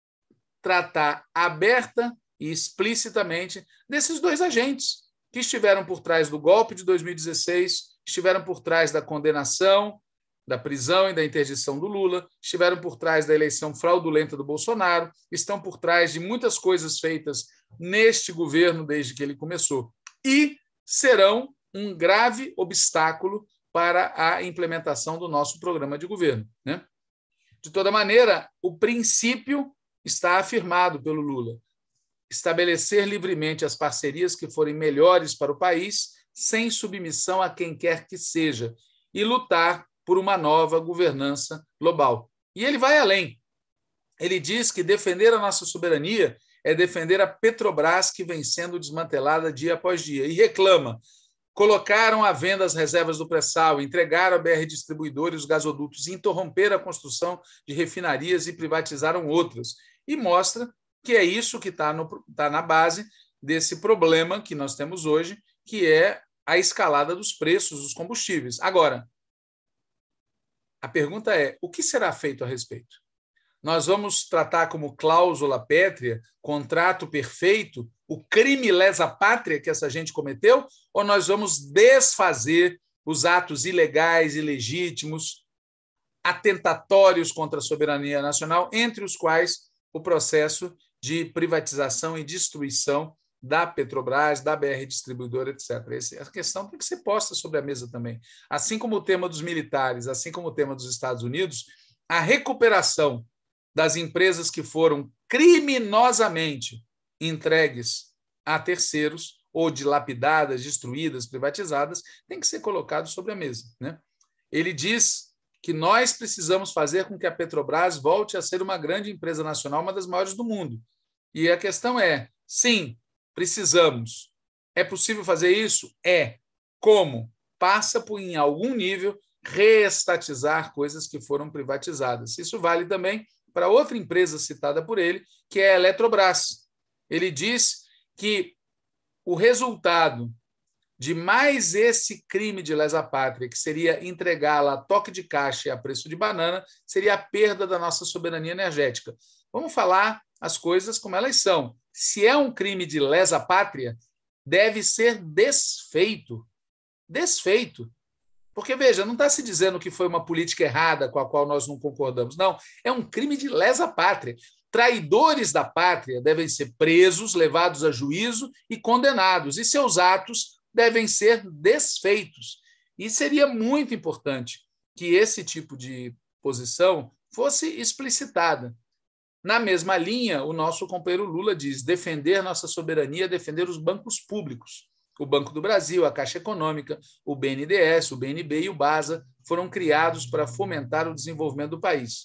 tratar aberta e explicitamente desses dois agentes que estiveram por trás do golpe de dois mil e dezesseis, estiveram por trás da condenação, da prisão e da interdição do Lula, estiveram por trás da eleição fraudulenta do Bolsonaro, estão por trás de muitas coisas feitas neste governo desde que ele começou e serão um grave obstáculo para a implementação do nosso programa de governo, né? De toda maneira, o princípio está afirmado pelo Lula: estabelecer livremente as parcerias que forem melhores para o país, sem submissão a quem quer que seja, e lutar por uma nova governança global. E ele vai além. Ele diz que defender a nossa soberania é defender a Petrobras, que vem sendo desmantelada dia após dia, e reclama: colocaram à venda as reservas do pré-sal, entregaram a B R Distribuidora e os gasodutos, interromperam a construção de refinarias e privatizaram outras. E mostra que é isso que está tá na base desse problema que nós temos hoje, que é a escalada dos preços dos combustíveis. Agora, a pergunta é, o que será feito a respeito? Nós vamos tratar como cláusula pétrea, contrato perfeito, o crime lesa pátria que essa gente cometeu, ou nós vamos desfazer os atos ilegais, ilegítimos, atentatórios contra a soberania nacional, entre os quais o processo de privatização e destruição da Petrobras, da B R Distribuidora, etcétera. Essa questão tem que ser posta sobre a mesa também. Assim como o tema dos militares, assim como o tema dos Estados Unidos, a recuperação das empresas que foram criminosamente entregues a terceiros ou dilapidadas, destruídas, privatizadas, tem que ser colocado sobre a mesa, né? Ele diz que nós precisamos fazer com que a Petrobras volte a ser uma grande empresa nacional, uma das maiores do mundo. E a questão é, Sim, precisamos. É possível fazer isso? É. Como? Passa por, em algum nível, reestatizar coisas que foram privatizadas. Isso vale também para outra empresa citada por ele, que é a Eletrobras. Ele diz que o resultado de mais esse crime de lesa-pátria, que seria entregá-la a toque de caixa e a preço de banana, seria a perda da nossa soberania energética. Vamos falar as coisas como elas são. Se é um crime de lesa-pátria, deve ser desfeito. Desfeito. Porque, veja, não está se dizendo que foi uma política errada com a qual nós não concordamos. Não, é um crime de lesa-pátria. Traidores da pátria devem ser presos, levados a juízo e condenados, e seus atos devem ser desfeitos. E seria muito importante que esse tipo de posição fosse explicitada. Na mesma linha, o nosso companheiro Lula diz: defender nossa soberania, defender os bancos públicos. O Banco do Brasil, a Caixa Econômica, o B N D E S, o B N B e o BASA foram criados para fomentar o desenvolvimento do país.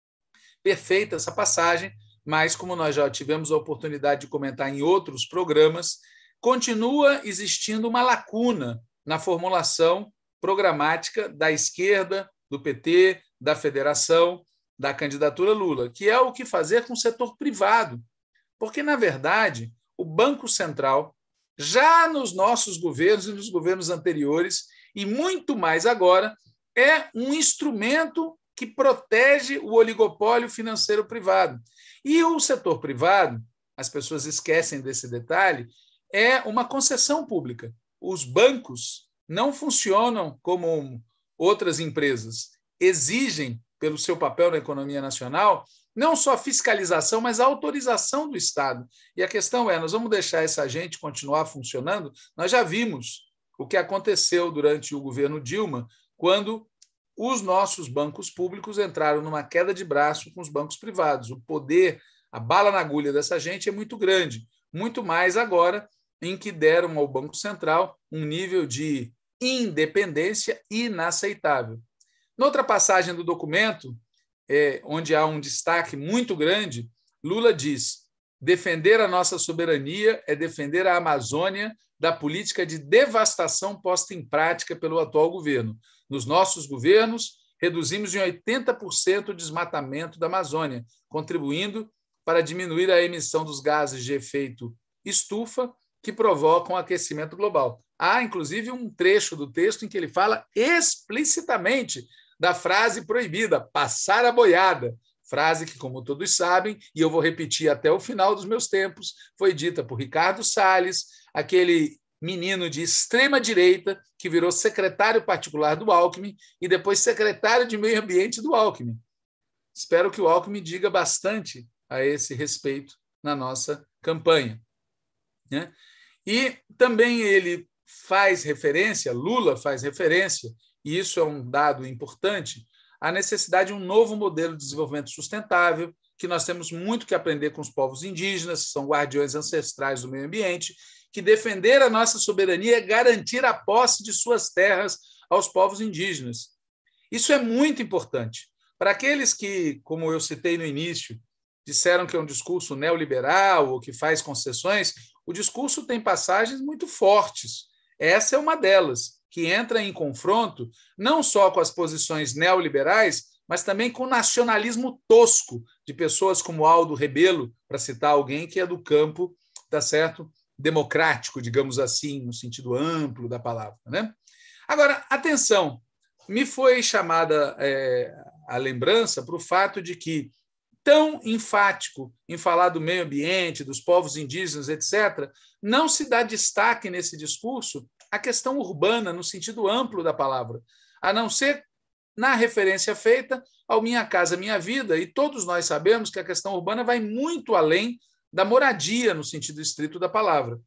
Perfeita essa passagem, mas, como nós já tivemos a oportunidade de comentar em outros programas, continua existindo uma lacuna na formulação programática da esquerda, do P T, da federação, da candidatura Lula, que é o que fazer com o setor privado. Porque, na verdade, o Banco Central, já nos nossos governos e nos governos anteriores, e muito mais agora, é um instrumento que protege o oligopólio financeiro privado. E o setor privado, as pessoas esquecem desse detalhe, é uma concessão pública. Os bancos não funcionam como outras empresas. Exigem, pelo seu papel na economia nacional, não só a fiscalização, mas a autorização do Estado. E a questão é, nós vamos deixar essa agente continuar funcionando? Nós já vimos o que aconteceu durante o governo Dilma, quando os nossos bancos públicos entraram numa queda de braço com os bancos privados. O poder, a bala na agulha dessa gente é muito grande, muito mais agora em que deram ao Banco Central um nível de independência inaceitável. Noutra passagem do documento, é, onde há um destaque muito grande, Lula diz: defender a nossa soberania é defender a Amazônia da política de devastação posta em prática pelo atual governo. Nos nossos governos, reduzimos em oitenta por cento o desmatamento da Amazônia, contribuindo para diminuir a emissão dos gases de efeito estufa que provocam o aquecimento global. Há, inclusive, um trecho do texto em que ele fala explicitamente da frase proibida, passar a boiada, frase que, como todos sabem, e eu vou repetir até o final dos meus tempos, foi dita por Ricardo Salles, aquele menino de extrema-direita que virou secretário particular do Alckmin e depois secretário de Meio Ambiente do Alckmin. Espero que o Alckmin diga bastante a esse respeito na nossa campanha. Né? E também ele faz referência, Lula faz referência, e isso é um dado importante, a necessidade de um novo modelo de desenvolvimento sustentável, que nós temos muito que aprender com os povos indígenas, que são guardiões ancestrais do meio ambiente, que defender a nossa soberania é garantir a posse de suas terras aos povos indígenas. Isso é muito importante. Para aqueles que, como eu citei no início, disseram que é um discurso neoliberal ou que faz concessões, o discurso tem passagens muito fortes. Essa é uma delas, que entra em confronto não só com as posições neoliberais, mas também com o nacionalismo tosco de pessoas como Aldo Rebelo, para citar alguém que é do campo, tá certo, democrático, digamos assim, no sentido amplo da palavra. Né? Agora, atenção, me foi chamada é, a lembrança para o fato de que, tão enfático em falar do meio ambiente, dos povos indígenas, etcétera, não se dá destaque nesse discurso à questão urbana, no sentido amplo da palavra, a não ser na referência feita ao Minha Casa Minha Vida, e todos nós sabemos que a questão urbana vai muito além da moradia, no sentido estrito da palavra.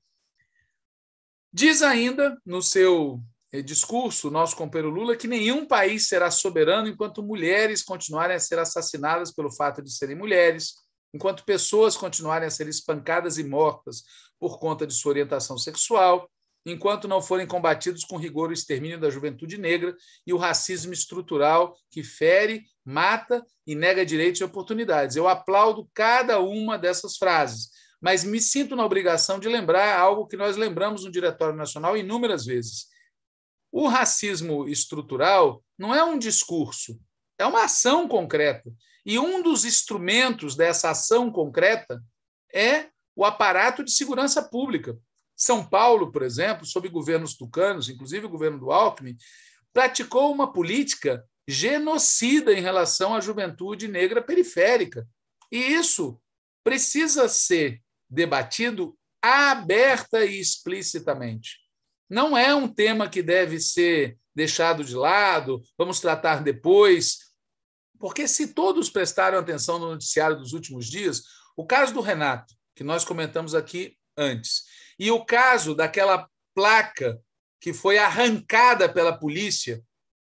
Diz ainda, no seu discurso, o nosso companheiro Lula, que nenhum país será soberano enquanto mulheres continuarem a ser assassinadas pelo fato de serem mulheres, enquanto pessoas continuarem a ser espancadas e mortas por conta de sua orientação sexual, enquanto não forem combatidos com rigor o extermínio da juventude negra e o racismo estrutural que fere, mata e nega direitos e oportunidades. Eu aplaudo cada uma dessas frases, mas me sinto na obrigação de lembrar algo que nós lembramos no Diretório Nacional inúmeras vezes. O racismo estrutural não é um discurso, é uma ação concreta. E um dos instrumentos dessa ação concreta é o aparato de segurança pública. São Paulo, por exemplo, sob governos tucanos, inclusive o governo do Alckmin, praticou uma política genocida em relação à juventude negra periférica. E isso precisa ser debatido aberta e explicitamente. Não é um tema que deve ser deixado de lado, vamos tratar depois, porque se todos prestaram atenção no noticiário dos últimos dias, o caso do Renato, que nós comentamos aqui antes, e o caso daquela placa que foi arrancada pela polícia,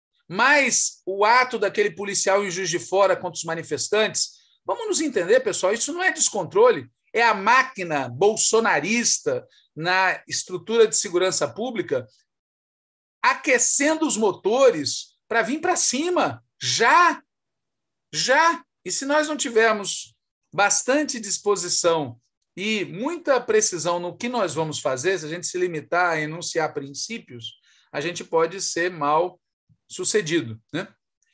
mais o ato daquele policial em Juiz de Fora contra os manifestantes, vamos nos entender, pessoal, isso não é descontrole, é a máquina bolsonarista na estrutura de segurança pública aquecendo os motores para vir para cima, já, já. E se nós não tivermos bastante disposição e muita precisão no que nós vamos fazer, se a gente se limitar a enunciar princípios, a gente pode ser mal sucedido, né?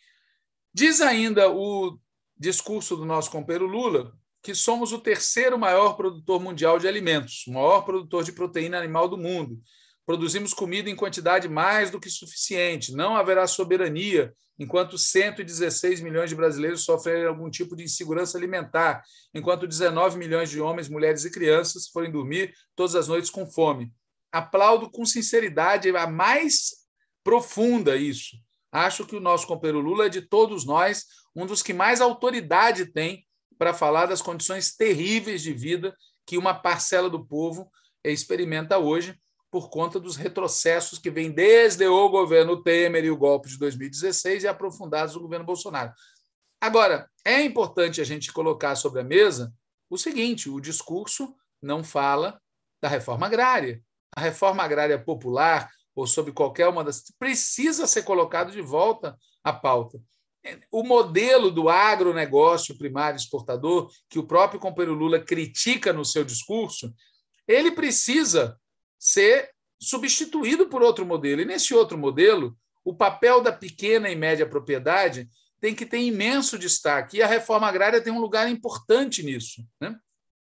Diz ainda o discurso do nosso companheiro Lula que somos o terceiro maior produtor mundial de alimentos, o maior produtor de proteína animal do mundo. Produzimos comida em quantidade mais do que suficiente. Não haverá soberania enquanto cento e dezesseis milhões de brasileiros sofrem algum tipo de insegurança alimentar, enquanto dezenove milhões de homens, mulheres e crianças forem dormir todas as noites com fome. Aplaudo com sinceridade a mais profunda isso. Acho que o nosso companheiro Lula é de todos nós um dos que mais autoridade tem para falar das condições terríveis de vida que uma parcela do povo experimenta hoje por conta dos retrocessos que vêm desde o governo Temer e o golpe de dois mil e dezesseis e aprofundados no governo Bolsonaro. Agora, é importante a gente colocar sobre a mesa o seguinte: o discurso não fala da reforma agrária. A reforma agrária popular, ou sobre qualquer uma das... precisa ser colocado de volta à pauta. O modelo do agronegócio primário exportador, que o próprio companheiro Lula critica no seu discurso, ele precisa ser substituído por outro modelo. E, nesse outro modelo, o papel da pequena e média propriedade tem que ter imenso destaque. E a reforma agrária tem um lugar importante nisso, né?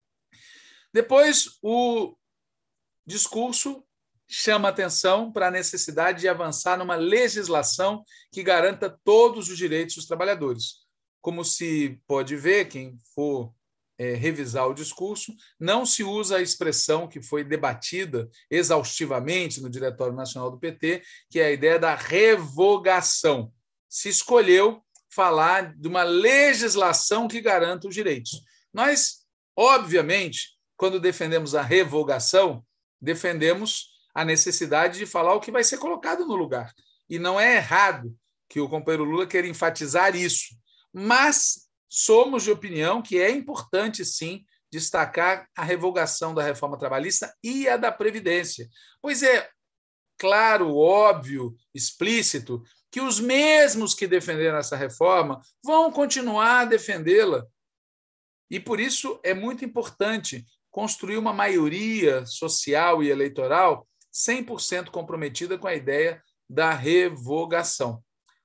Depois, o discurso chama atenção para a necessidade de avançar numa legislação que garanta todos os direitos dos trabalhadores. Como se pode ver, quem for é, revisar o discurso, não se usa a expressão que foi debatida exaustivamente no Diretório Nacional do P T, que é a ideia da revogação. Se escolheu falar de uma legislação que garanta os direitos. Nós, obviamente, quando defendemos a revogação, defendemos a necessidade de falar o que vai ser colocado no lugar. E não é errado que o companheiro Lula queira enfatizar isso. Mas somos de opinião que é importante, sim, destacar a revogação da reforma trabalhista e a da Previdência. Pois é claro, óbvio, explícito, que os mesmos que defenderam essa reforma vão continuar a defendê-la. E, por isso, é muito importante construir uma maioria social e eleitoral cem por cento comprometida com a ideia da revogação.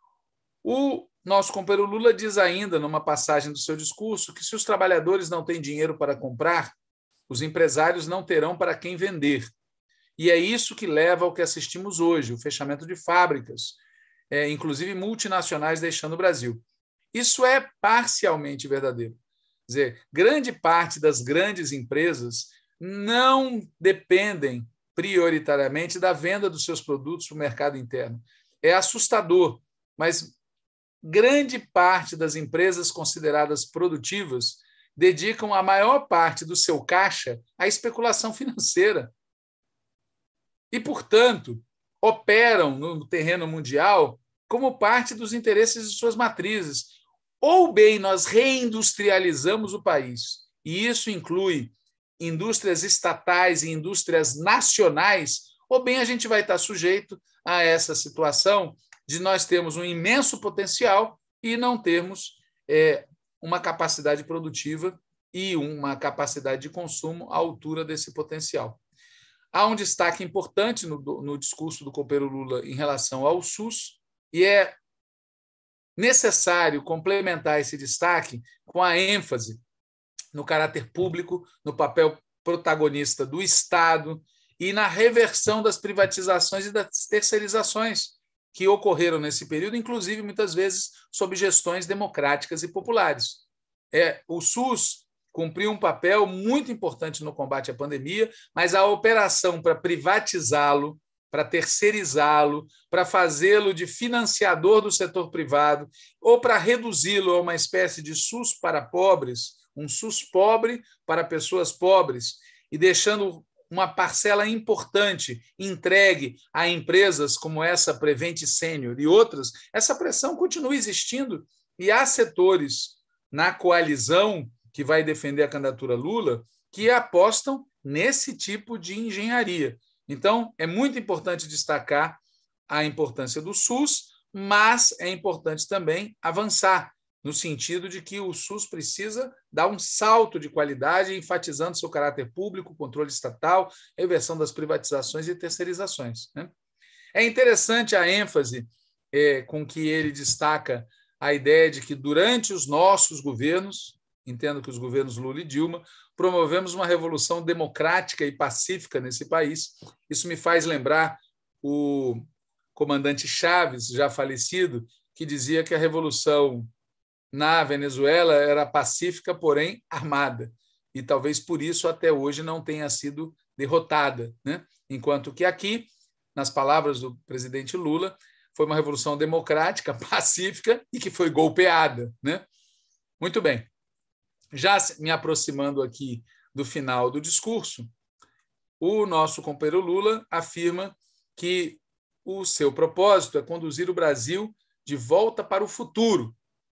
O nosso companheiro Lula diz ainda, numa passagem do seu discurso, que se os trabalhadores não têm dinheiro para comprar, os empresários não terão para quem vender. E é isso que leva ao que assistimos hoje, o fechamento de fábricas, é, inclusive multinacionais deixando o Brasil. Isso é parcialmente verdadeiro. Quer dizer, grande parte das grandes empresas não dependem prioritariamente da venda dos seus produtos para o mercado interno. É assustador, mas grande parte das empresas consideradas produtivas dedicam a maior parte do seu caixa à especulação financeira. E, portanto, operam no terreno mundial como parte dos interesses de suas matrizes. Ou bem nós reindustrializamos o país, e isso inclui indústrias estatais e indústrias nacionais, ou bem a gente vai estar sujeito a essa situação de nós termos um imenso potencial e não termos é, uma capacidade produtiva e uma capacidade de consumo à altura desse potencial. Há um destaque importante no, no discurso do companheiro Lula em relação ao SUS, e é necessário complementar esse destaque com a ênfase no caráter público, no papel protagonista do Estado e na reversão das privatizações e das terceirizações que ocorreram nesse período, inclusive, muitas vezes, sob gestões democráticas e populares. É, o SUS cumpriu um papel muito importante no combate à pandemia, mas a operação para privatizá-lo, para terceirizá-lo, para fazê-lo de financiador do setor privado ou para reduzi-lo a uma espécie de SUS para pobres, um SUS pobre para pessoas pobres, e deixando uma parcela importante entregue a empresas como essa Prevent Senior e outras, essa pressão continua existindo e há setores na coalizão que vai defender a candidatura Lula que apostam nesse tipo de engenharia. Então, é muito importante destacar a importância do SUS, mas é importante também avançar no sentido de que o SUS precisa dar um salto de qualidade, enfatizando seu caráter público, controle estatal, reversão das privatizações e terceirizações. Né? É interessante a ênfase é, com que ele destaca a ideia de que, durante os nossos governos, entendo que os governos Lula e Dilma, promovemos uma revolução democrática e pacífica nesse país. Isso me faz lembrar o comandante Chaves, já falecido, que dizia que a revolução na Venezuela era pacífica, porém armada. E talvez por isso até hoje não tenha sido derrotada. Né? Enquanto que aqui, nas palavras do presidente Lula, foi uma revolução democrática, pacífica e que foi golpeada. Né? Muito bem. Já me aproximando aqui do final do discurso, o nosso companheiro Lula afirma que o seu propósito é conduzir o Brasil de volta para o futuro.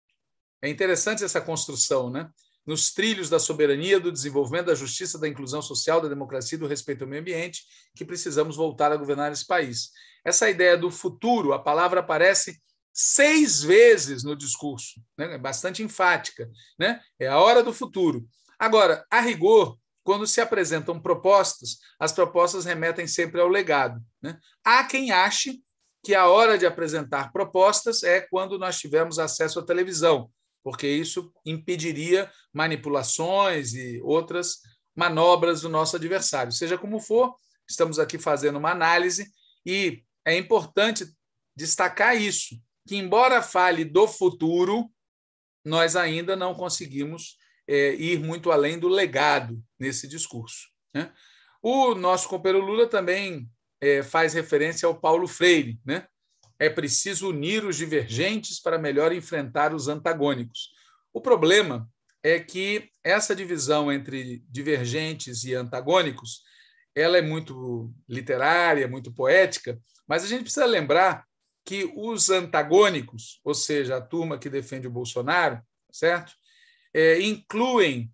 É interessante essa construção, né? Nos trilhos da soberania, do desenvolvimento, da justiça, da inclusão social, da democracia e do respeito ao meio ambiente, que precisamos voltar a governar esse país. Essa ideia do futuro, a palavra aparece seis vezes no discurso, né? É bastante enfática, né? É a hora do futuro. Agora, a rigor, quando se apresentam propostas, as propostas remetem sempre ao legado. Né? Há quem ache que a hora de apresentar propostas é quando nós tivermos acesso à televisão, porque isso impediria manipulações e outras manobras do nosso adversário. Seja como for, estamos aqui fazendo uma análise e é importante destacar isso, que, embora fale do futuro, nós ainda não conseguimos é, ir muito além do legado nesse discurso. Né? O nosso companheiro Lula também é, faz referência ao Paulo Freire, né? É preciso unir os divergentes para melhor enfrentar os antagônicos. O problema é que essa divisão entre divergentes e antagônicos, ela é muito literária, muito poética, mas a gente precisa lembrar que os antagônicos, ou seja, a turma que defende o Bolsonaro, certo? É, incluem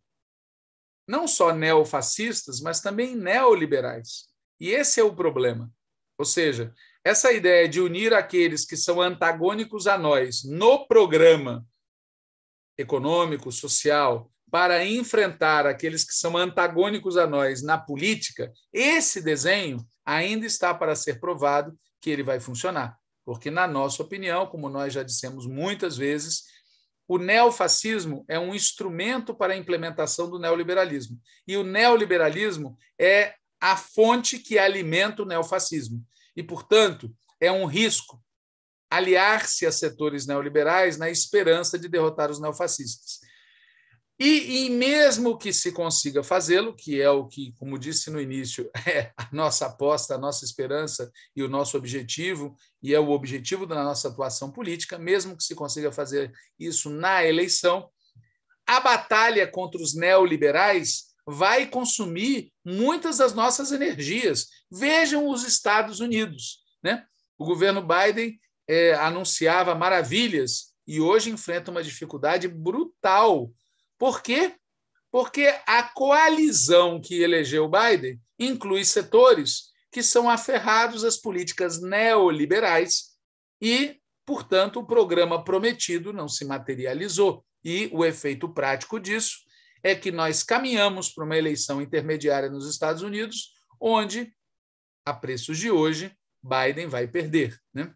não só neofascistas, mas também neoliberais. E esse é o problema. Ou seja, essa ideia de unir aqueles que são antagônicos a nós no programa econômico, social, para enfrentar aqueles que são antagônicos a nós na política, esse desenho ainda está para ser provado que ele vai funcionar. Porque, na nossa opinião, como nós já dissemos muitas vezes, o neofascismo é um instrumento para a implementação do neoliberalismo. E o neoliberalismo é a fonte que alimenta o neofascismo. E, portanto, é um risco aliar-se a setores neoliberais na esperança de derrotar os neofascistas. E, e mesmo que se consiga fazê-lo, que é o que, como disse no início, é a nossa aposta, a nossa esperança e o nosso objetivo, e é o objetivo da nossa atuação política, mesmo que se consiga fazer isso na eleição, a batalha contra os neoliberais vai consumir muitas das nossas energias. Vejam os Estados Unidos. Né? O governo Biden é, anunciava maravilhas e hoje enfrenta uma dificuldade brutal. Por quê? Porque a coalizão que elegeu Biden inclui setores que são aferrados às políticas neoliberais e, portanto, o programa prometido não se materializou. E o efeito prático disso é que nós caminhamos para uma eleição intermediária nos Estados Unidos, onde, a preços de hoje, Biden vai perder, né?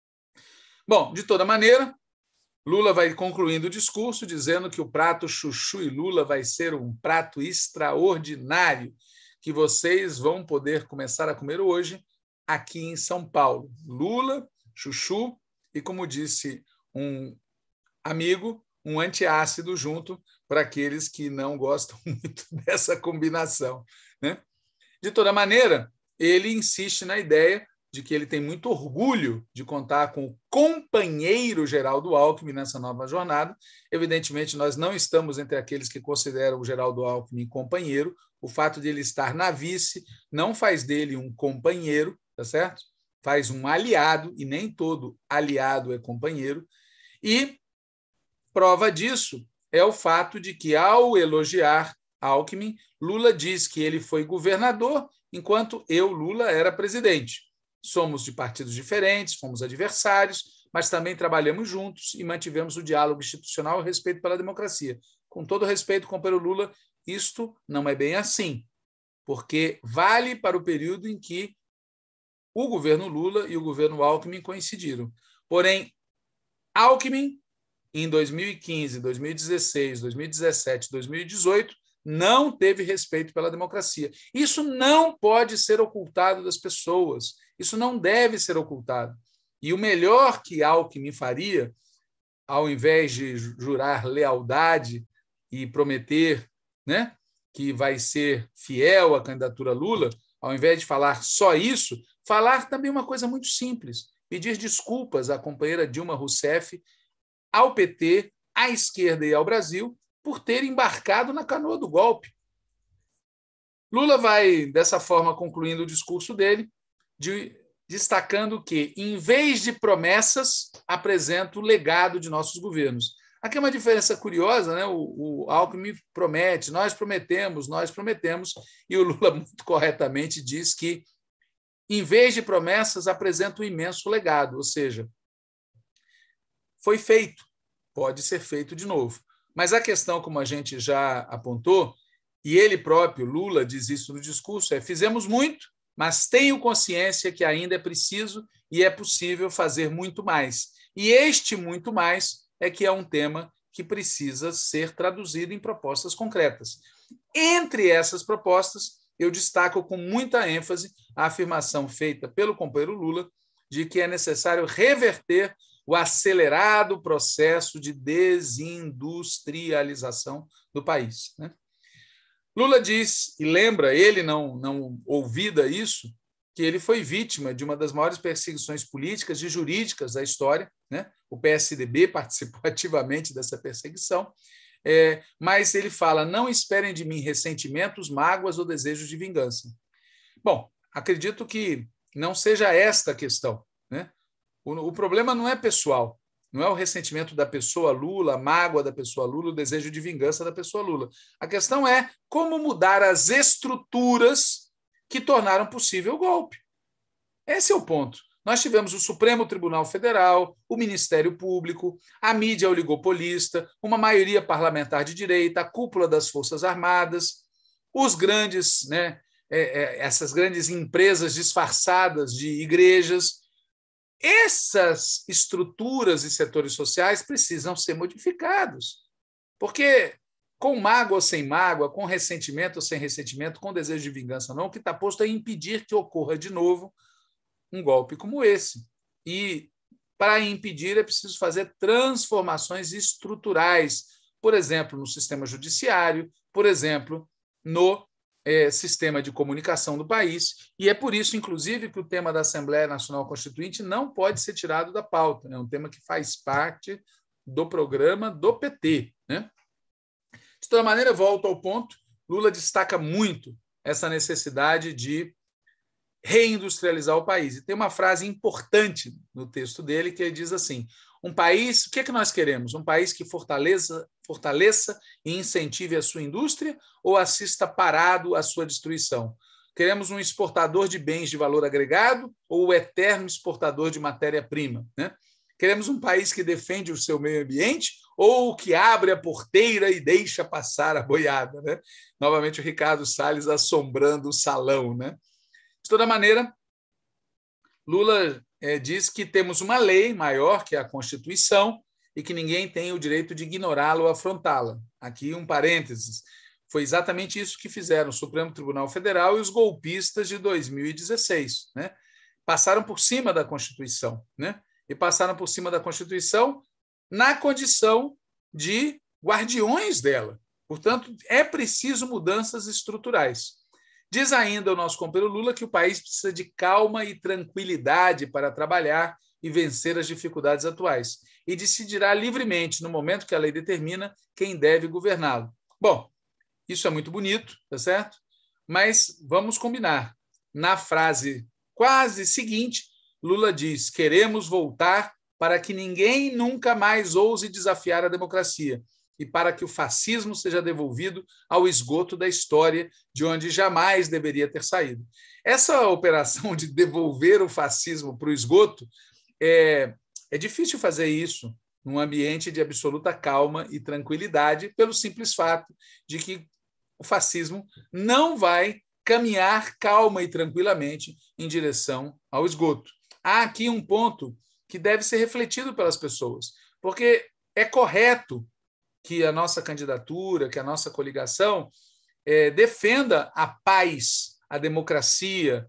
Bom, de toda maneira, Lula vai concluindo o discurso dizendo que o prato Chuchu e Lula vai ser um prato extraordinário que vocês vão poder começar a comer hoje aqui em São Paulo. Lula, Chuchu e, como disse um amigo, um antiácido junto para aqueles que não gostam muito dessa combinação, né? De toda maneira, ele insiste na ideia de que ele tem muito orgulho de contar com o companheiro Geraldo Alckmin nessa nova jornada. Evidentemente, nós não estamos entre aqueles que consideram o Geraldo Alckmin companheiro. O fato de ele estar na vice não faz dele um companheiro, tá certo? Faz um aliado, e nem todo aliado é companheiro. E prova disso é o fato de que, ao elogiar Alckmin, Lula diz que ele foi governador, enquanto eu, Lula, era presidente. Somos de partidos diferentes, fomos adversários, mas também trabalhamos juntos e mantivemos o diálogo institucional e o respeito pela democracia. Com todo respeito, companheiro Lula, isto não é bem assim, porque vale para o período em que o governo Lula e o governo Alckmin coincidiram. Porém, Alckmin, em dois mil e quinze, dois mil e dezesseis, dois mil e dezessete, dois mil e dezoito, não teve respeito pela democracia. Isso não pode ser ocultado das pessoas. Isso não deve ser ocultado. E o melhor que Alckmin faria, ao invés de jurar lealdade e prometer, né, que vai ser fiel à candidatura Lula, ao invés de falar só isso, falar também uma coisa muito simples, pedir desculpas à companheira Dilma Rousseff, ao P T, à esquerda e ao Brasil, por ter embarcado na canoa do golpe. Lula vai, dessa forma, concluindo o discurso dele, de, destacando que, em vez de promessas, apresenta o legado de nossos governos. Aqui é uma diferença curiosa, né? O, o Alckmin promete, nós prometemos, nós prometemos, e o Lula, muito corretamente, diz que, em vez de promessas, apresenta um imenso legado, ou seja, foi feito, pode ser feito de novo. Mas a questão, como a gente já apontou, e ele próprio, Lula, diz isso no discurso, é: fizemos muito, mas tenho consciência que ainda é preciso e é possível fazer muito mais. E este muito mais é que é um tema que precisa ser traduzido em propostas concretas. Entre essas propostas, eu destaco com muita ênfase a afirmação feita pelo companheiro Lula de que é necessário reverter o acelerado processo de desindustrialização do país, né? Lula diz, e lembra, ele não, não ouvida isso, que ele foi vítima de uma das maiores perseguições políticas e jurídicas da história, né? O P S D B participou ativamente dessa perseguição, é, mas ele fala: não esperem de mim ressentimentos, mágoas ou desejos de vingança. Bom, acredito que não seja esta a questão, né? O, o problema não é pessoal, não é o ressentimento da pessoa Lula, a mágoa da pessoa Lula, o desejo de vingança da pessoa Lula. A questão é como mudar as estruturas que tornaram possível o golpe. Esse é o ponto. Nós tivemos o Supremo Tribunal Federal, o Ministério Público, a mídia oligopolista, uma maioria parlamentar de direita, a cúpula das Forças Armadas, os grandes, né, essas grandes empresas disfarçadas de igrejas. Essas estruturas e setores sociais precisam ser modificados, porque com mágoa ou sem mágoa, com ressentimento ou sem ressentimento, com desejo de vingança ou não, o que está posto é impedir que ocorra de novo um golpe como esse. E, para impedir, é preciso fazer transformações estruturais, por exemplo, no sistema judiciário, por exemplo, no É, sistema de comunicação do país, e é por isso, inclusive, que o tema da Assembleia Nacional Constituinte não pode ser tirado da pauta. É um tema que faz parte do programa do P T, né? De toda maneira, volto ao ponto, Lula destaca muito essa necessidade de reindustrializar o país. E tem uma frase importante no texto dele que ele diz assim: um país, o que é que nós queremos? Um país que fortaleça, fortaleça e incentive a sua indústria ou assista parado à sua destruição? Queremos um exportador de bens de valor agregado ou o eterno exportador de matéria-prima, né? Queremos um país que defende o seu meio ambiente ou que abre a porteira e deixa passar a boiada, né? Novamente o Ricardo Salles assombrando o salão, né? De toda maneira, Lula é, diz que temos uma lei maior que a Constituição e que ninguém tem o direito de ignorá-la ou afrontá-la. Aqui um parênteses. Foi exatamente isso que fizeram o Supremo Tribunal Federal e os golpistas de dois mil e dezesseis, né? Passaram por cima da Constituição, né? E passaram por cima da Constituição na condição de guardiões dela. Portanto, é preciso mudanças estruturais. Diz ainda o nosso companheiro Lula que o país precisa de calma e tranquilidade para trabalhar e vencer as dificuldades atuais e decidirá livremente, no momento que a lei determina, quem deve governá-lo. Bom, isso é muito bonito, tá certo? Mas vamos combinar. Na frase quase seguinte, Lula diz: queremos voltar para que ninguém nunca mais ouse desafiar a democracia e para que o fascismo seja devolvido ao esgoto da história, de onde jamais deveria ter saído. Essa operação de devolver o fascismo para o esgoto, é, é difícil fazer isso num ambiente de absoluta calma e tranquilidade, pelo simples fato de que o fascismo não vai caminhar calma e tranquilamente em direção ao esgoto. Há aqui um ponto que deve ser refletido pelas pessoas, porque é correto que a nossa candidatura, que a nossa coligação é, defenda a paz, a democracia,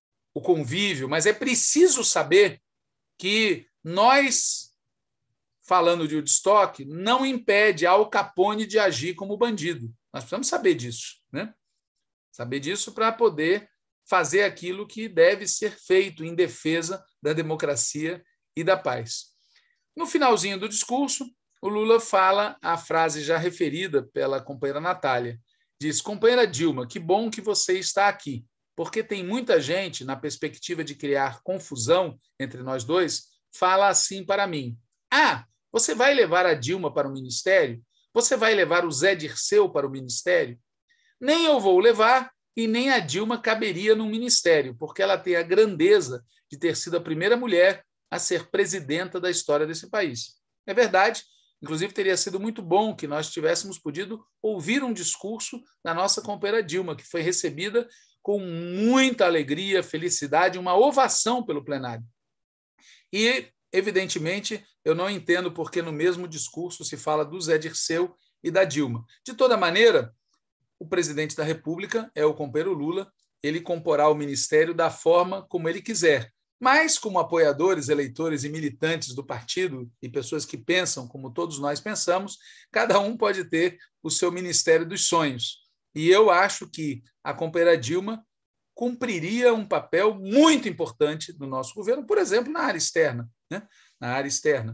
o convívio, mas é preciso saber que nós, falando de Woodstock, não impede Al Capone de agir como bandido. Nós precisamos saber disso, né? Saber disso para poder fazer aquilo que deve ser feito em defesa da democracia e da paz. No finalzinho do discurso, o Lula fala a frase já referida pela companheira Natália. Diz: companheira Dilma, que bom que você está aqui, porque tem muita gente, na perspectiva de criar confusão entre nós dois, fala assim para mim: ah, você vai levar a Dilma para o ministério? Você vai levar o Zé Dirceu para o ministério? Nem eu vou levar e nem a Dilma caberia num ministério, porque ela tem a grandeza de ter sido a primeira mulher a ser presidenta da história desse país. É verdade, inclusive teria sido muito bom que nós tivéssemos podido ouvir um discurso da nossa companheira Dilma, que foi recebida com muita alegria, felicidade, uma ovação pelo plenário. E, evidentemente, eu não entendo porque no mesmo discurso se fala do Zé Dirceu e da Dilma. De toda maneira, o presidente da República é o companheiro Lula, ele comporá o ministério da forma como ele quiser. Mas, como apoiadores, eleitores e militantes do partido e pessoas que pensam como todos nós pensamos, cada um pode ter o seu ministério dos sonhos. E eu acho que a companheira Dilma cumpriria um papel muito importante no nosso governo, por exemplo, na área externa, né? Na área externa.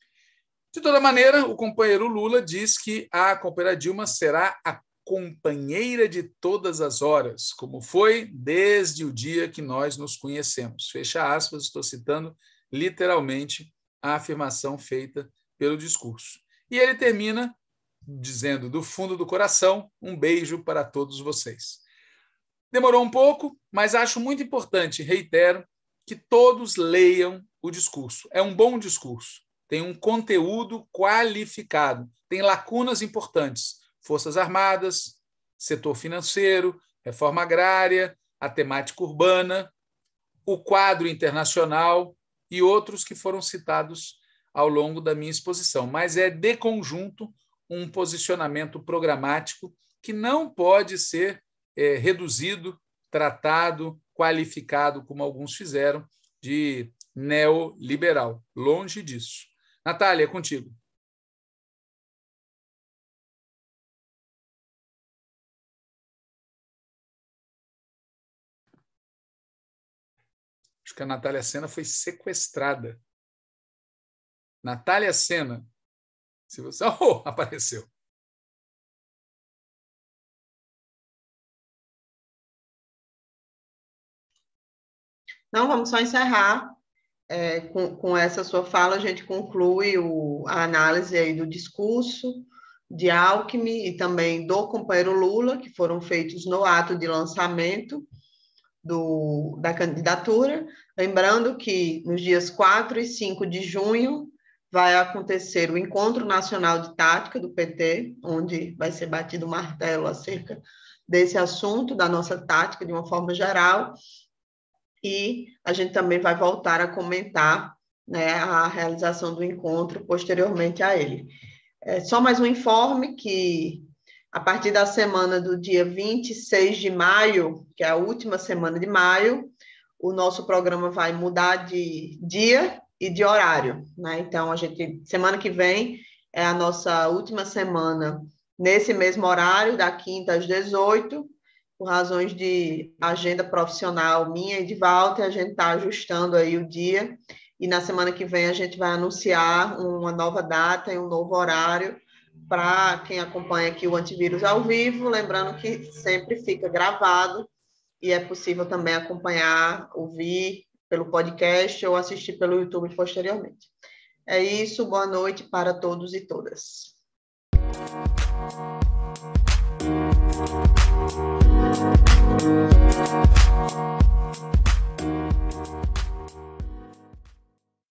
De toda maneira, o companheiro Lula diz que a companheira Dilma será a companheira de todas as horas, como foi desde o dia que nós nos conhecemos. Fecha aspas, estou citando literalmente a afirmação feita pelo discurso. E ele termina dizendo, do fundo do coração, um beijo para todos vocês. Demorou um pouco, mas acho muito importante, reitero, que todos leiam o discurso. É um bom discurso, tem um conteúdo qualificado, tem lacunas importantes. Forças Armadas, setor financeiro, reforma agrária, a temática urbana, o quadro internacional e outros que foram citados ao longo da minha exposição. Mas é, de conjunto, um posicionamento programático que não pode ser é, reduzido, tratado, qualificado, como alguns fizeram, de neoliberal. Longe disso. Natália, é contigo. Acho que a Natália Sena foi sequestrada. Natália Sena. Se você... Oh, apareceu. Não, vamos só encerrar. É, com, com essa sua fala, a gente conclui o, a análise aí do discurso de Alckmin e também do companheiro Lula, que foram feitos no ato de lançamento do, da candidatura. Lembrando que nos dias quatro e cinco de junho vai acontecer o Encontro Nacional de Tática do P T, onde vai ser batido o martelo acerca desse assunto, da nossa tática de uma forma geral, e a gente também vai voltar a comentar, né, a realização do encontro posteriormente a ele. É, só mais um informe que, a partir da semana do dia vinte e seis de maio, que é a última semana de maio, o nosso programa vai mudar de dia e de horário, né? Então, a gente, semana que vem é a nossa última semana nesse mesmo horário, da quinta às dezoito, por razões de agenda profissional minha e de Walter, a gente está ajustando aí o dia, e na semana que vem a gente vai anunciar uma nova data e um novo horário para quem acompanha aqui o Antivírus ao vivo, lembrando que sempre fica gravado e é possível também acompanhar, ouvir pelo podcast ou assistir pelo YouTube posteriormente. É isso, boa noite para todos e todas. Thank you.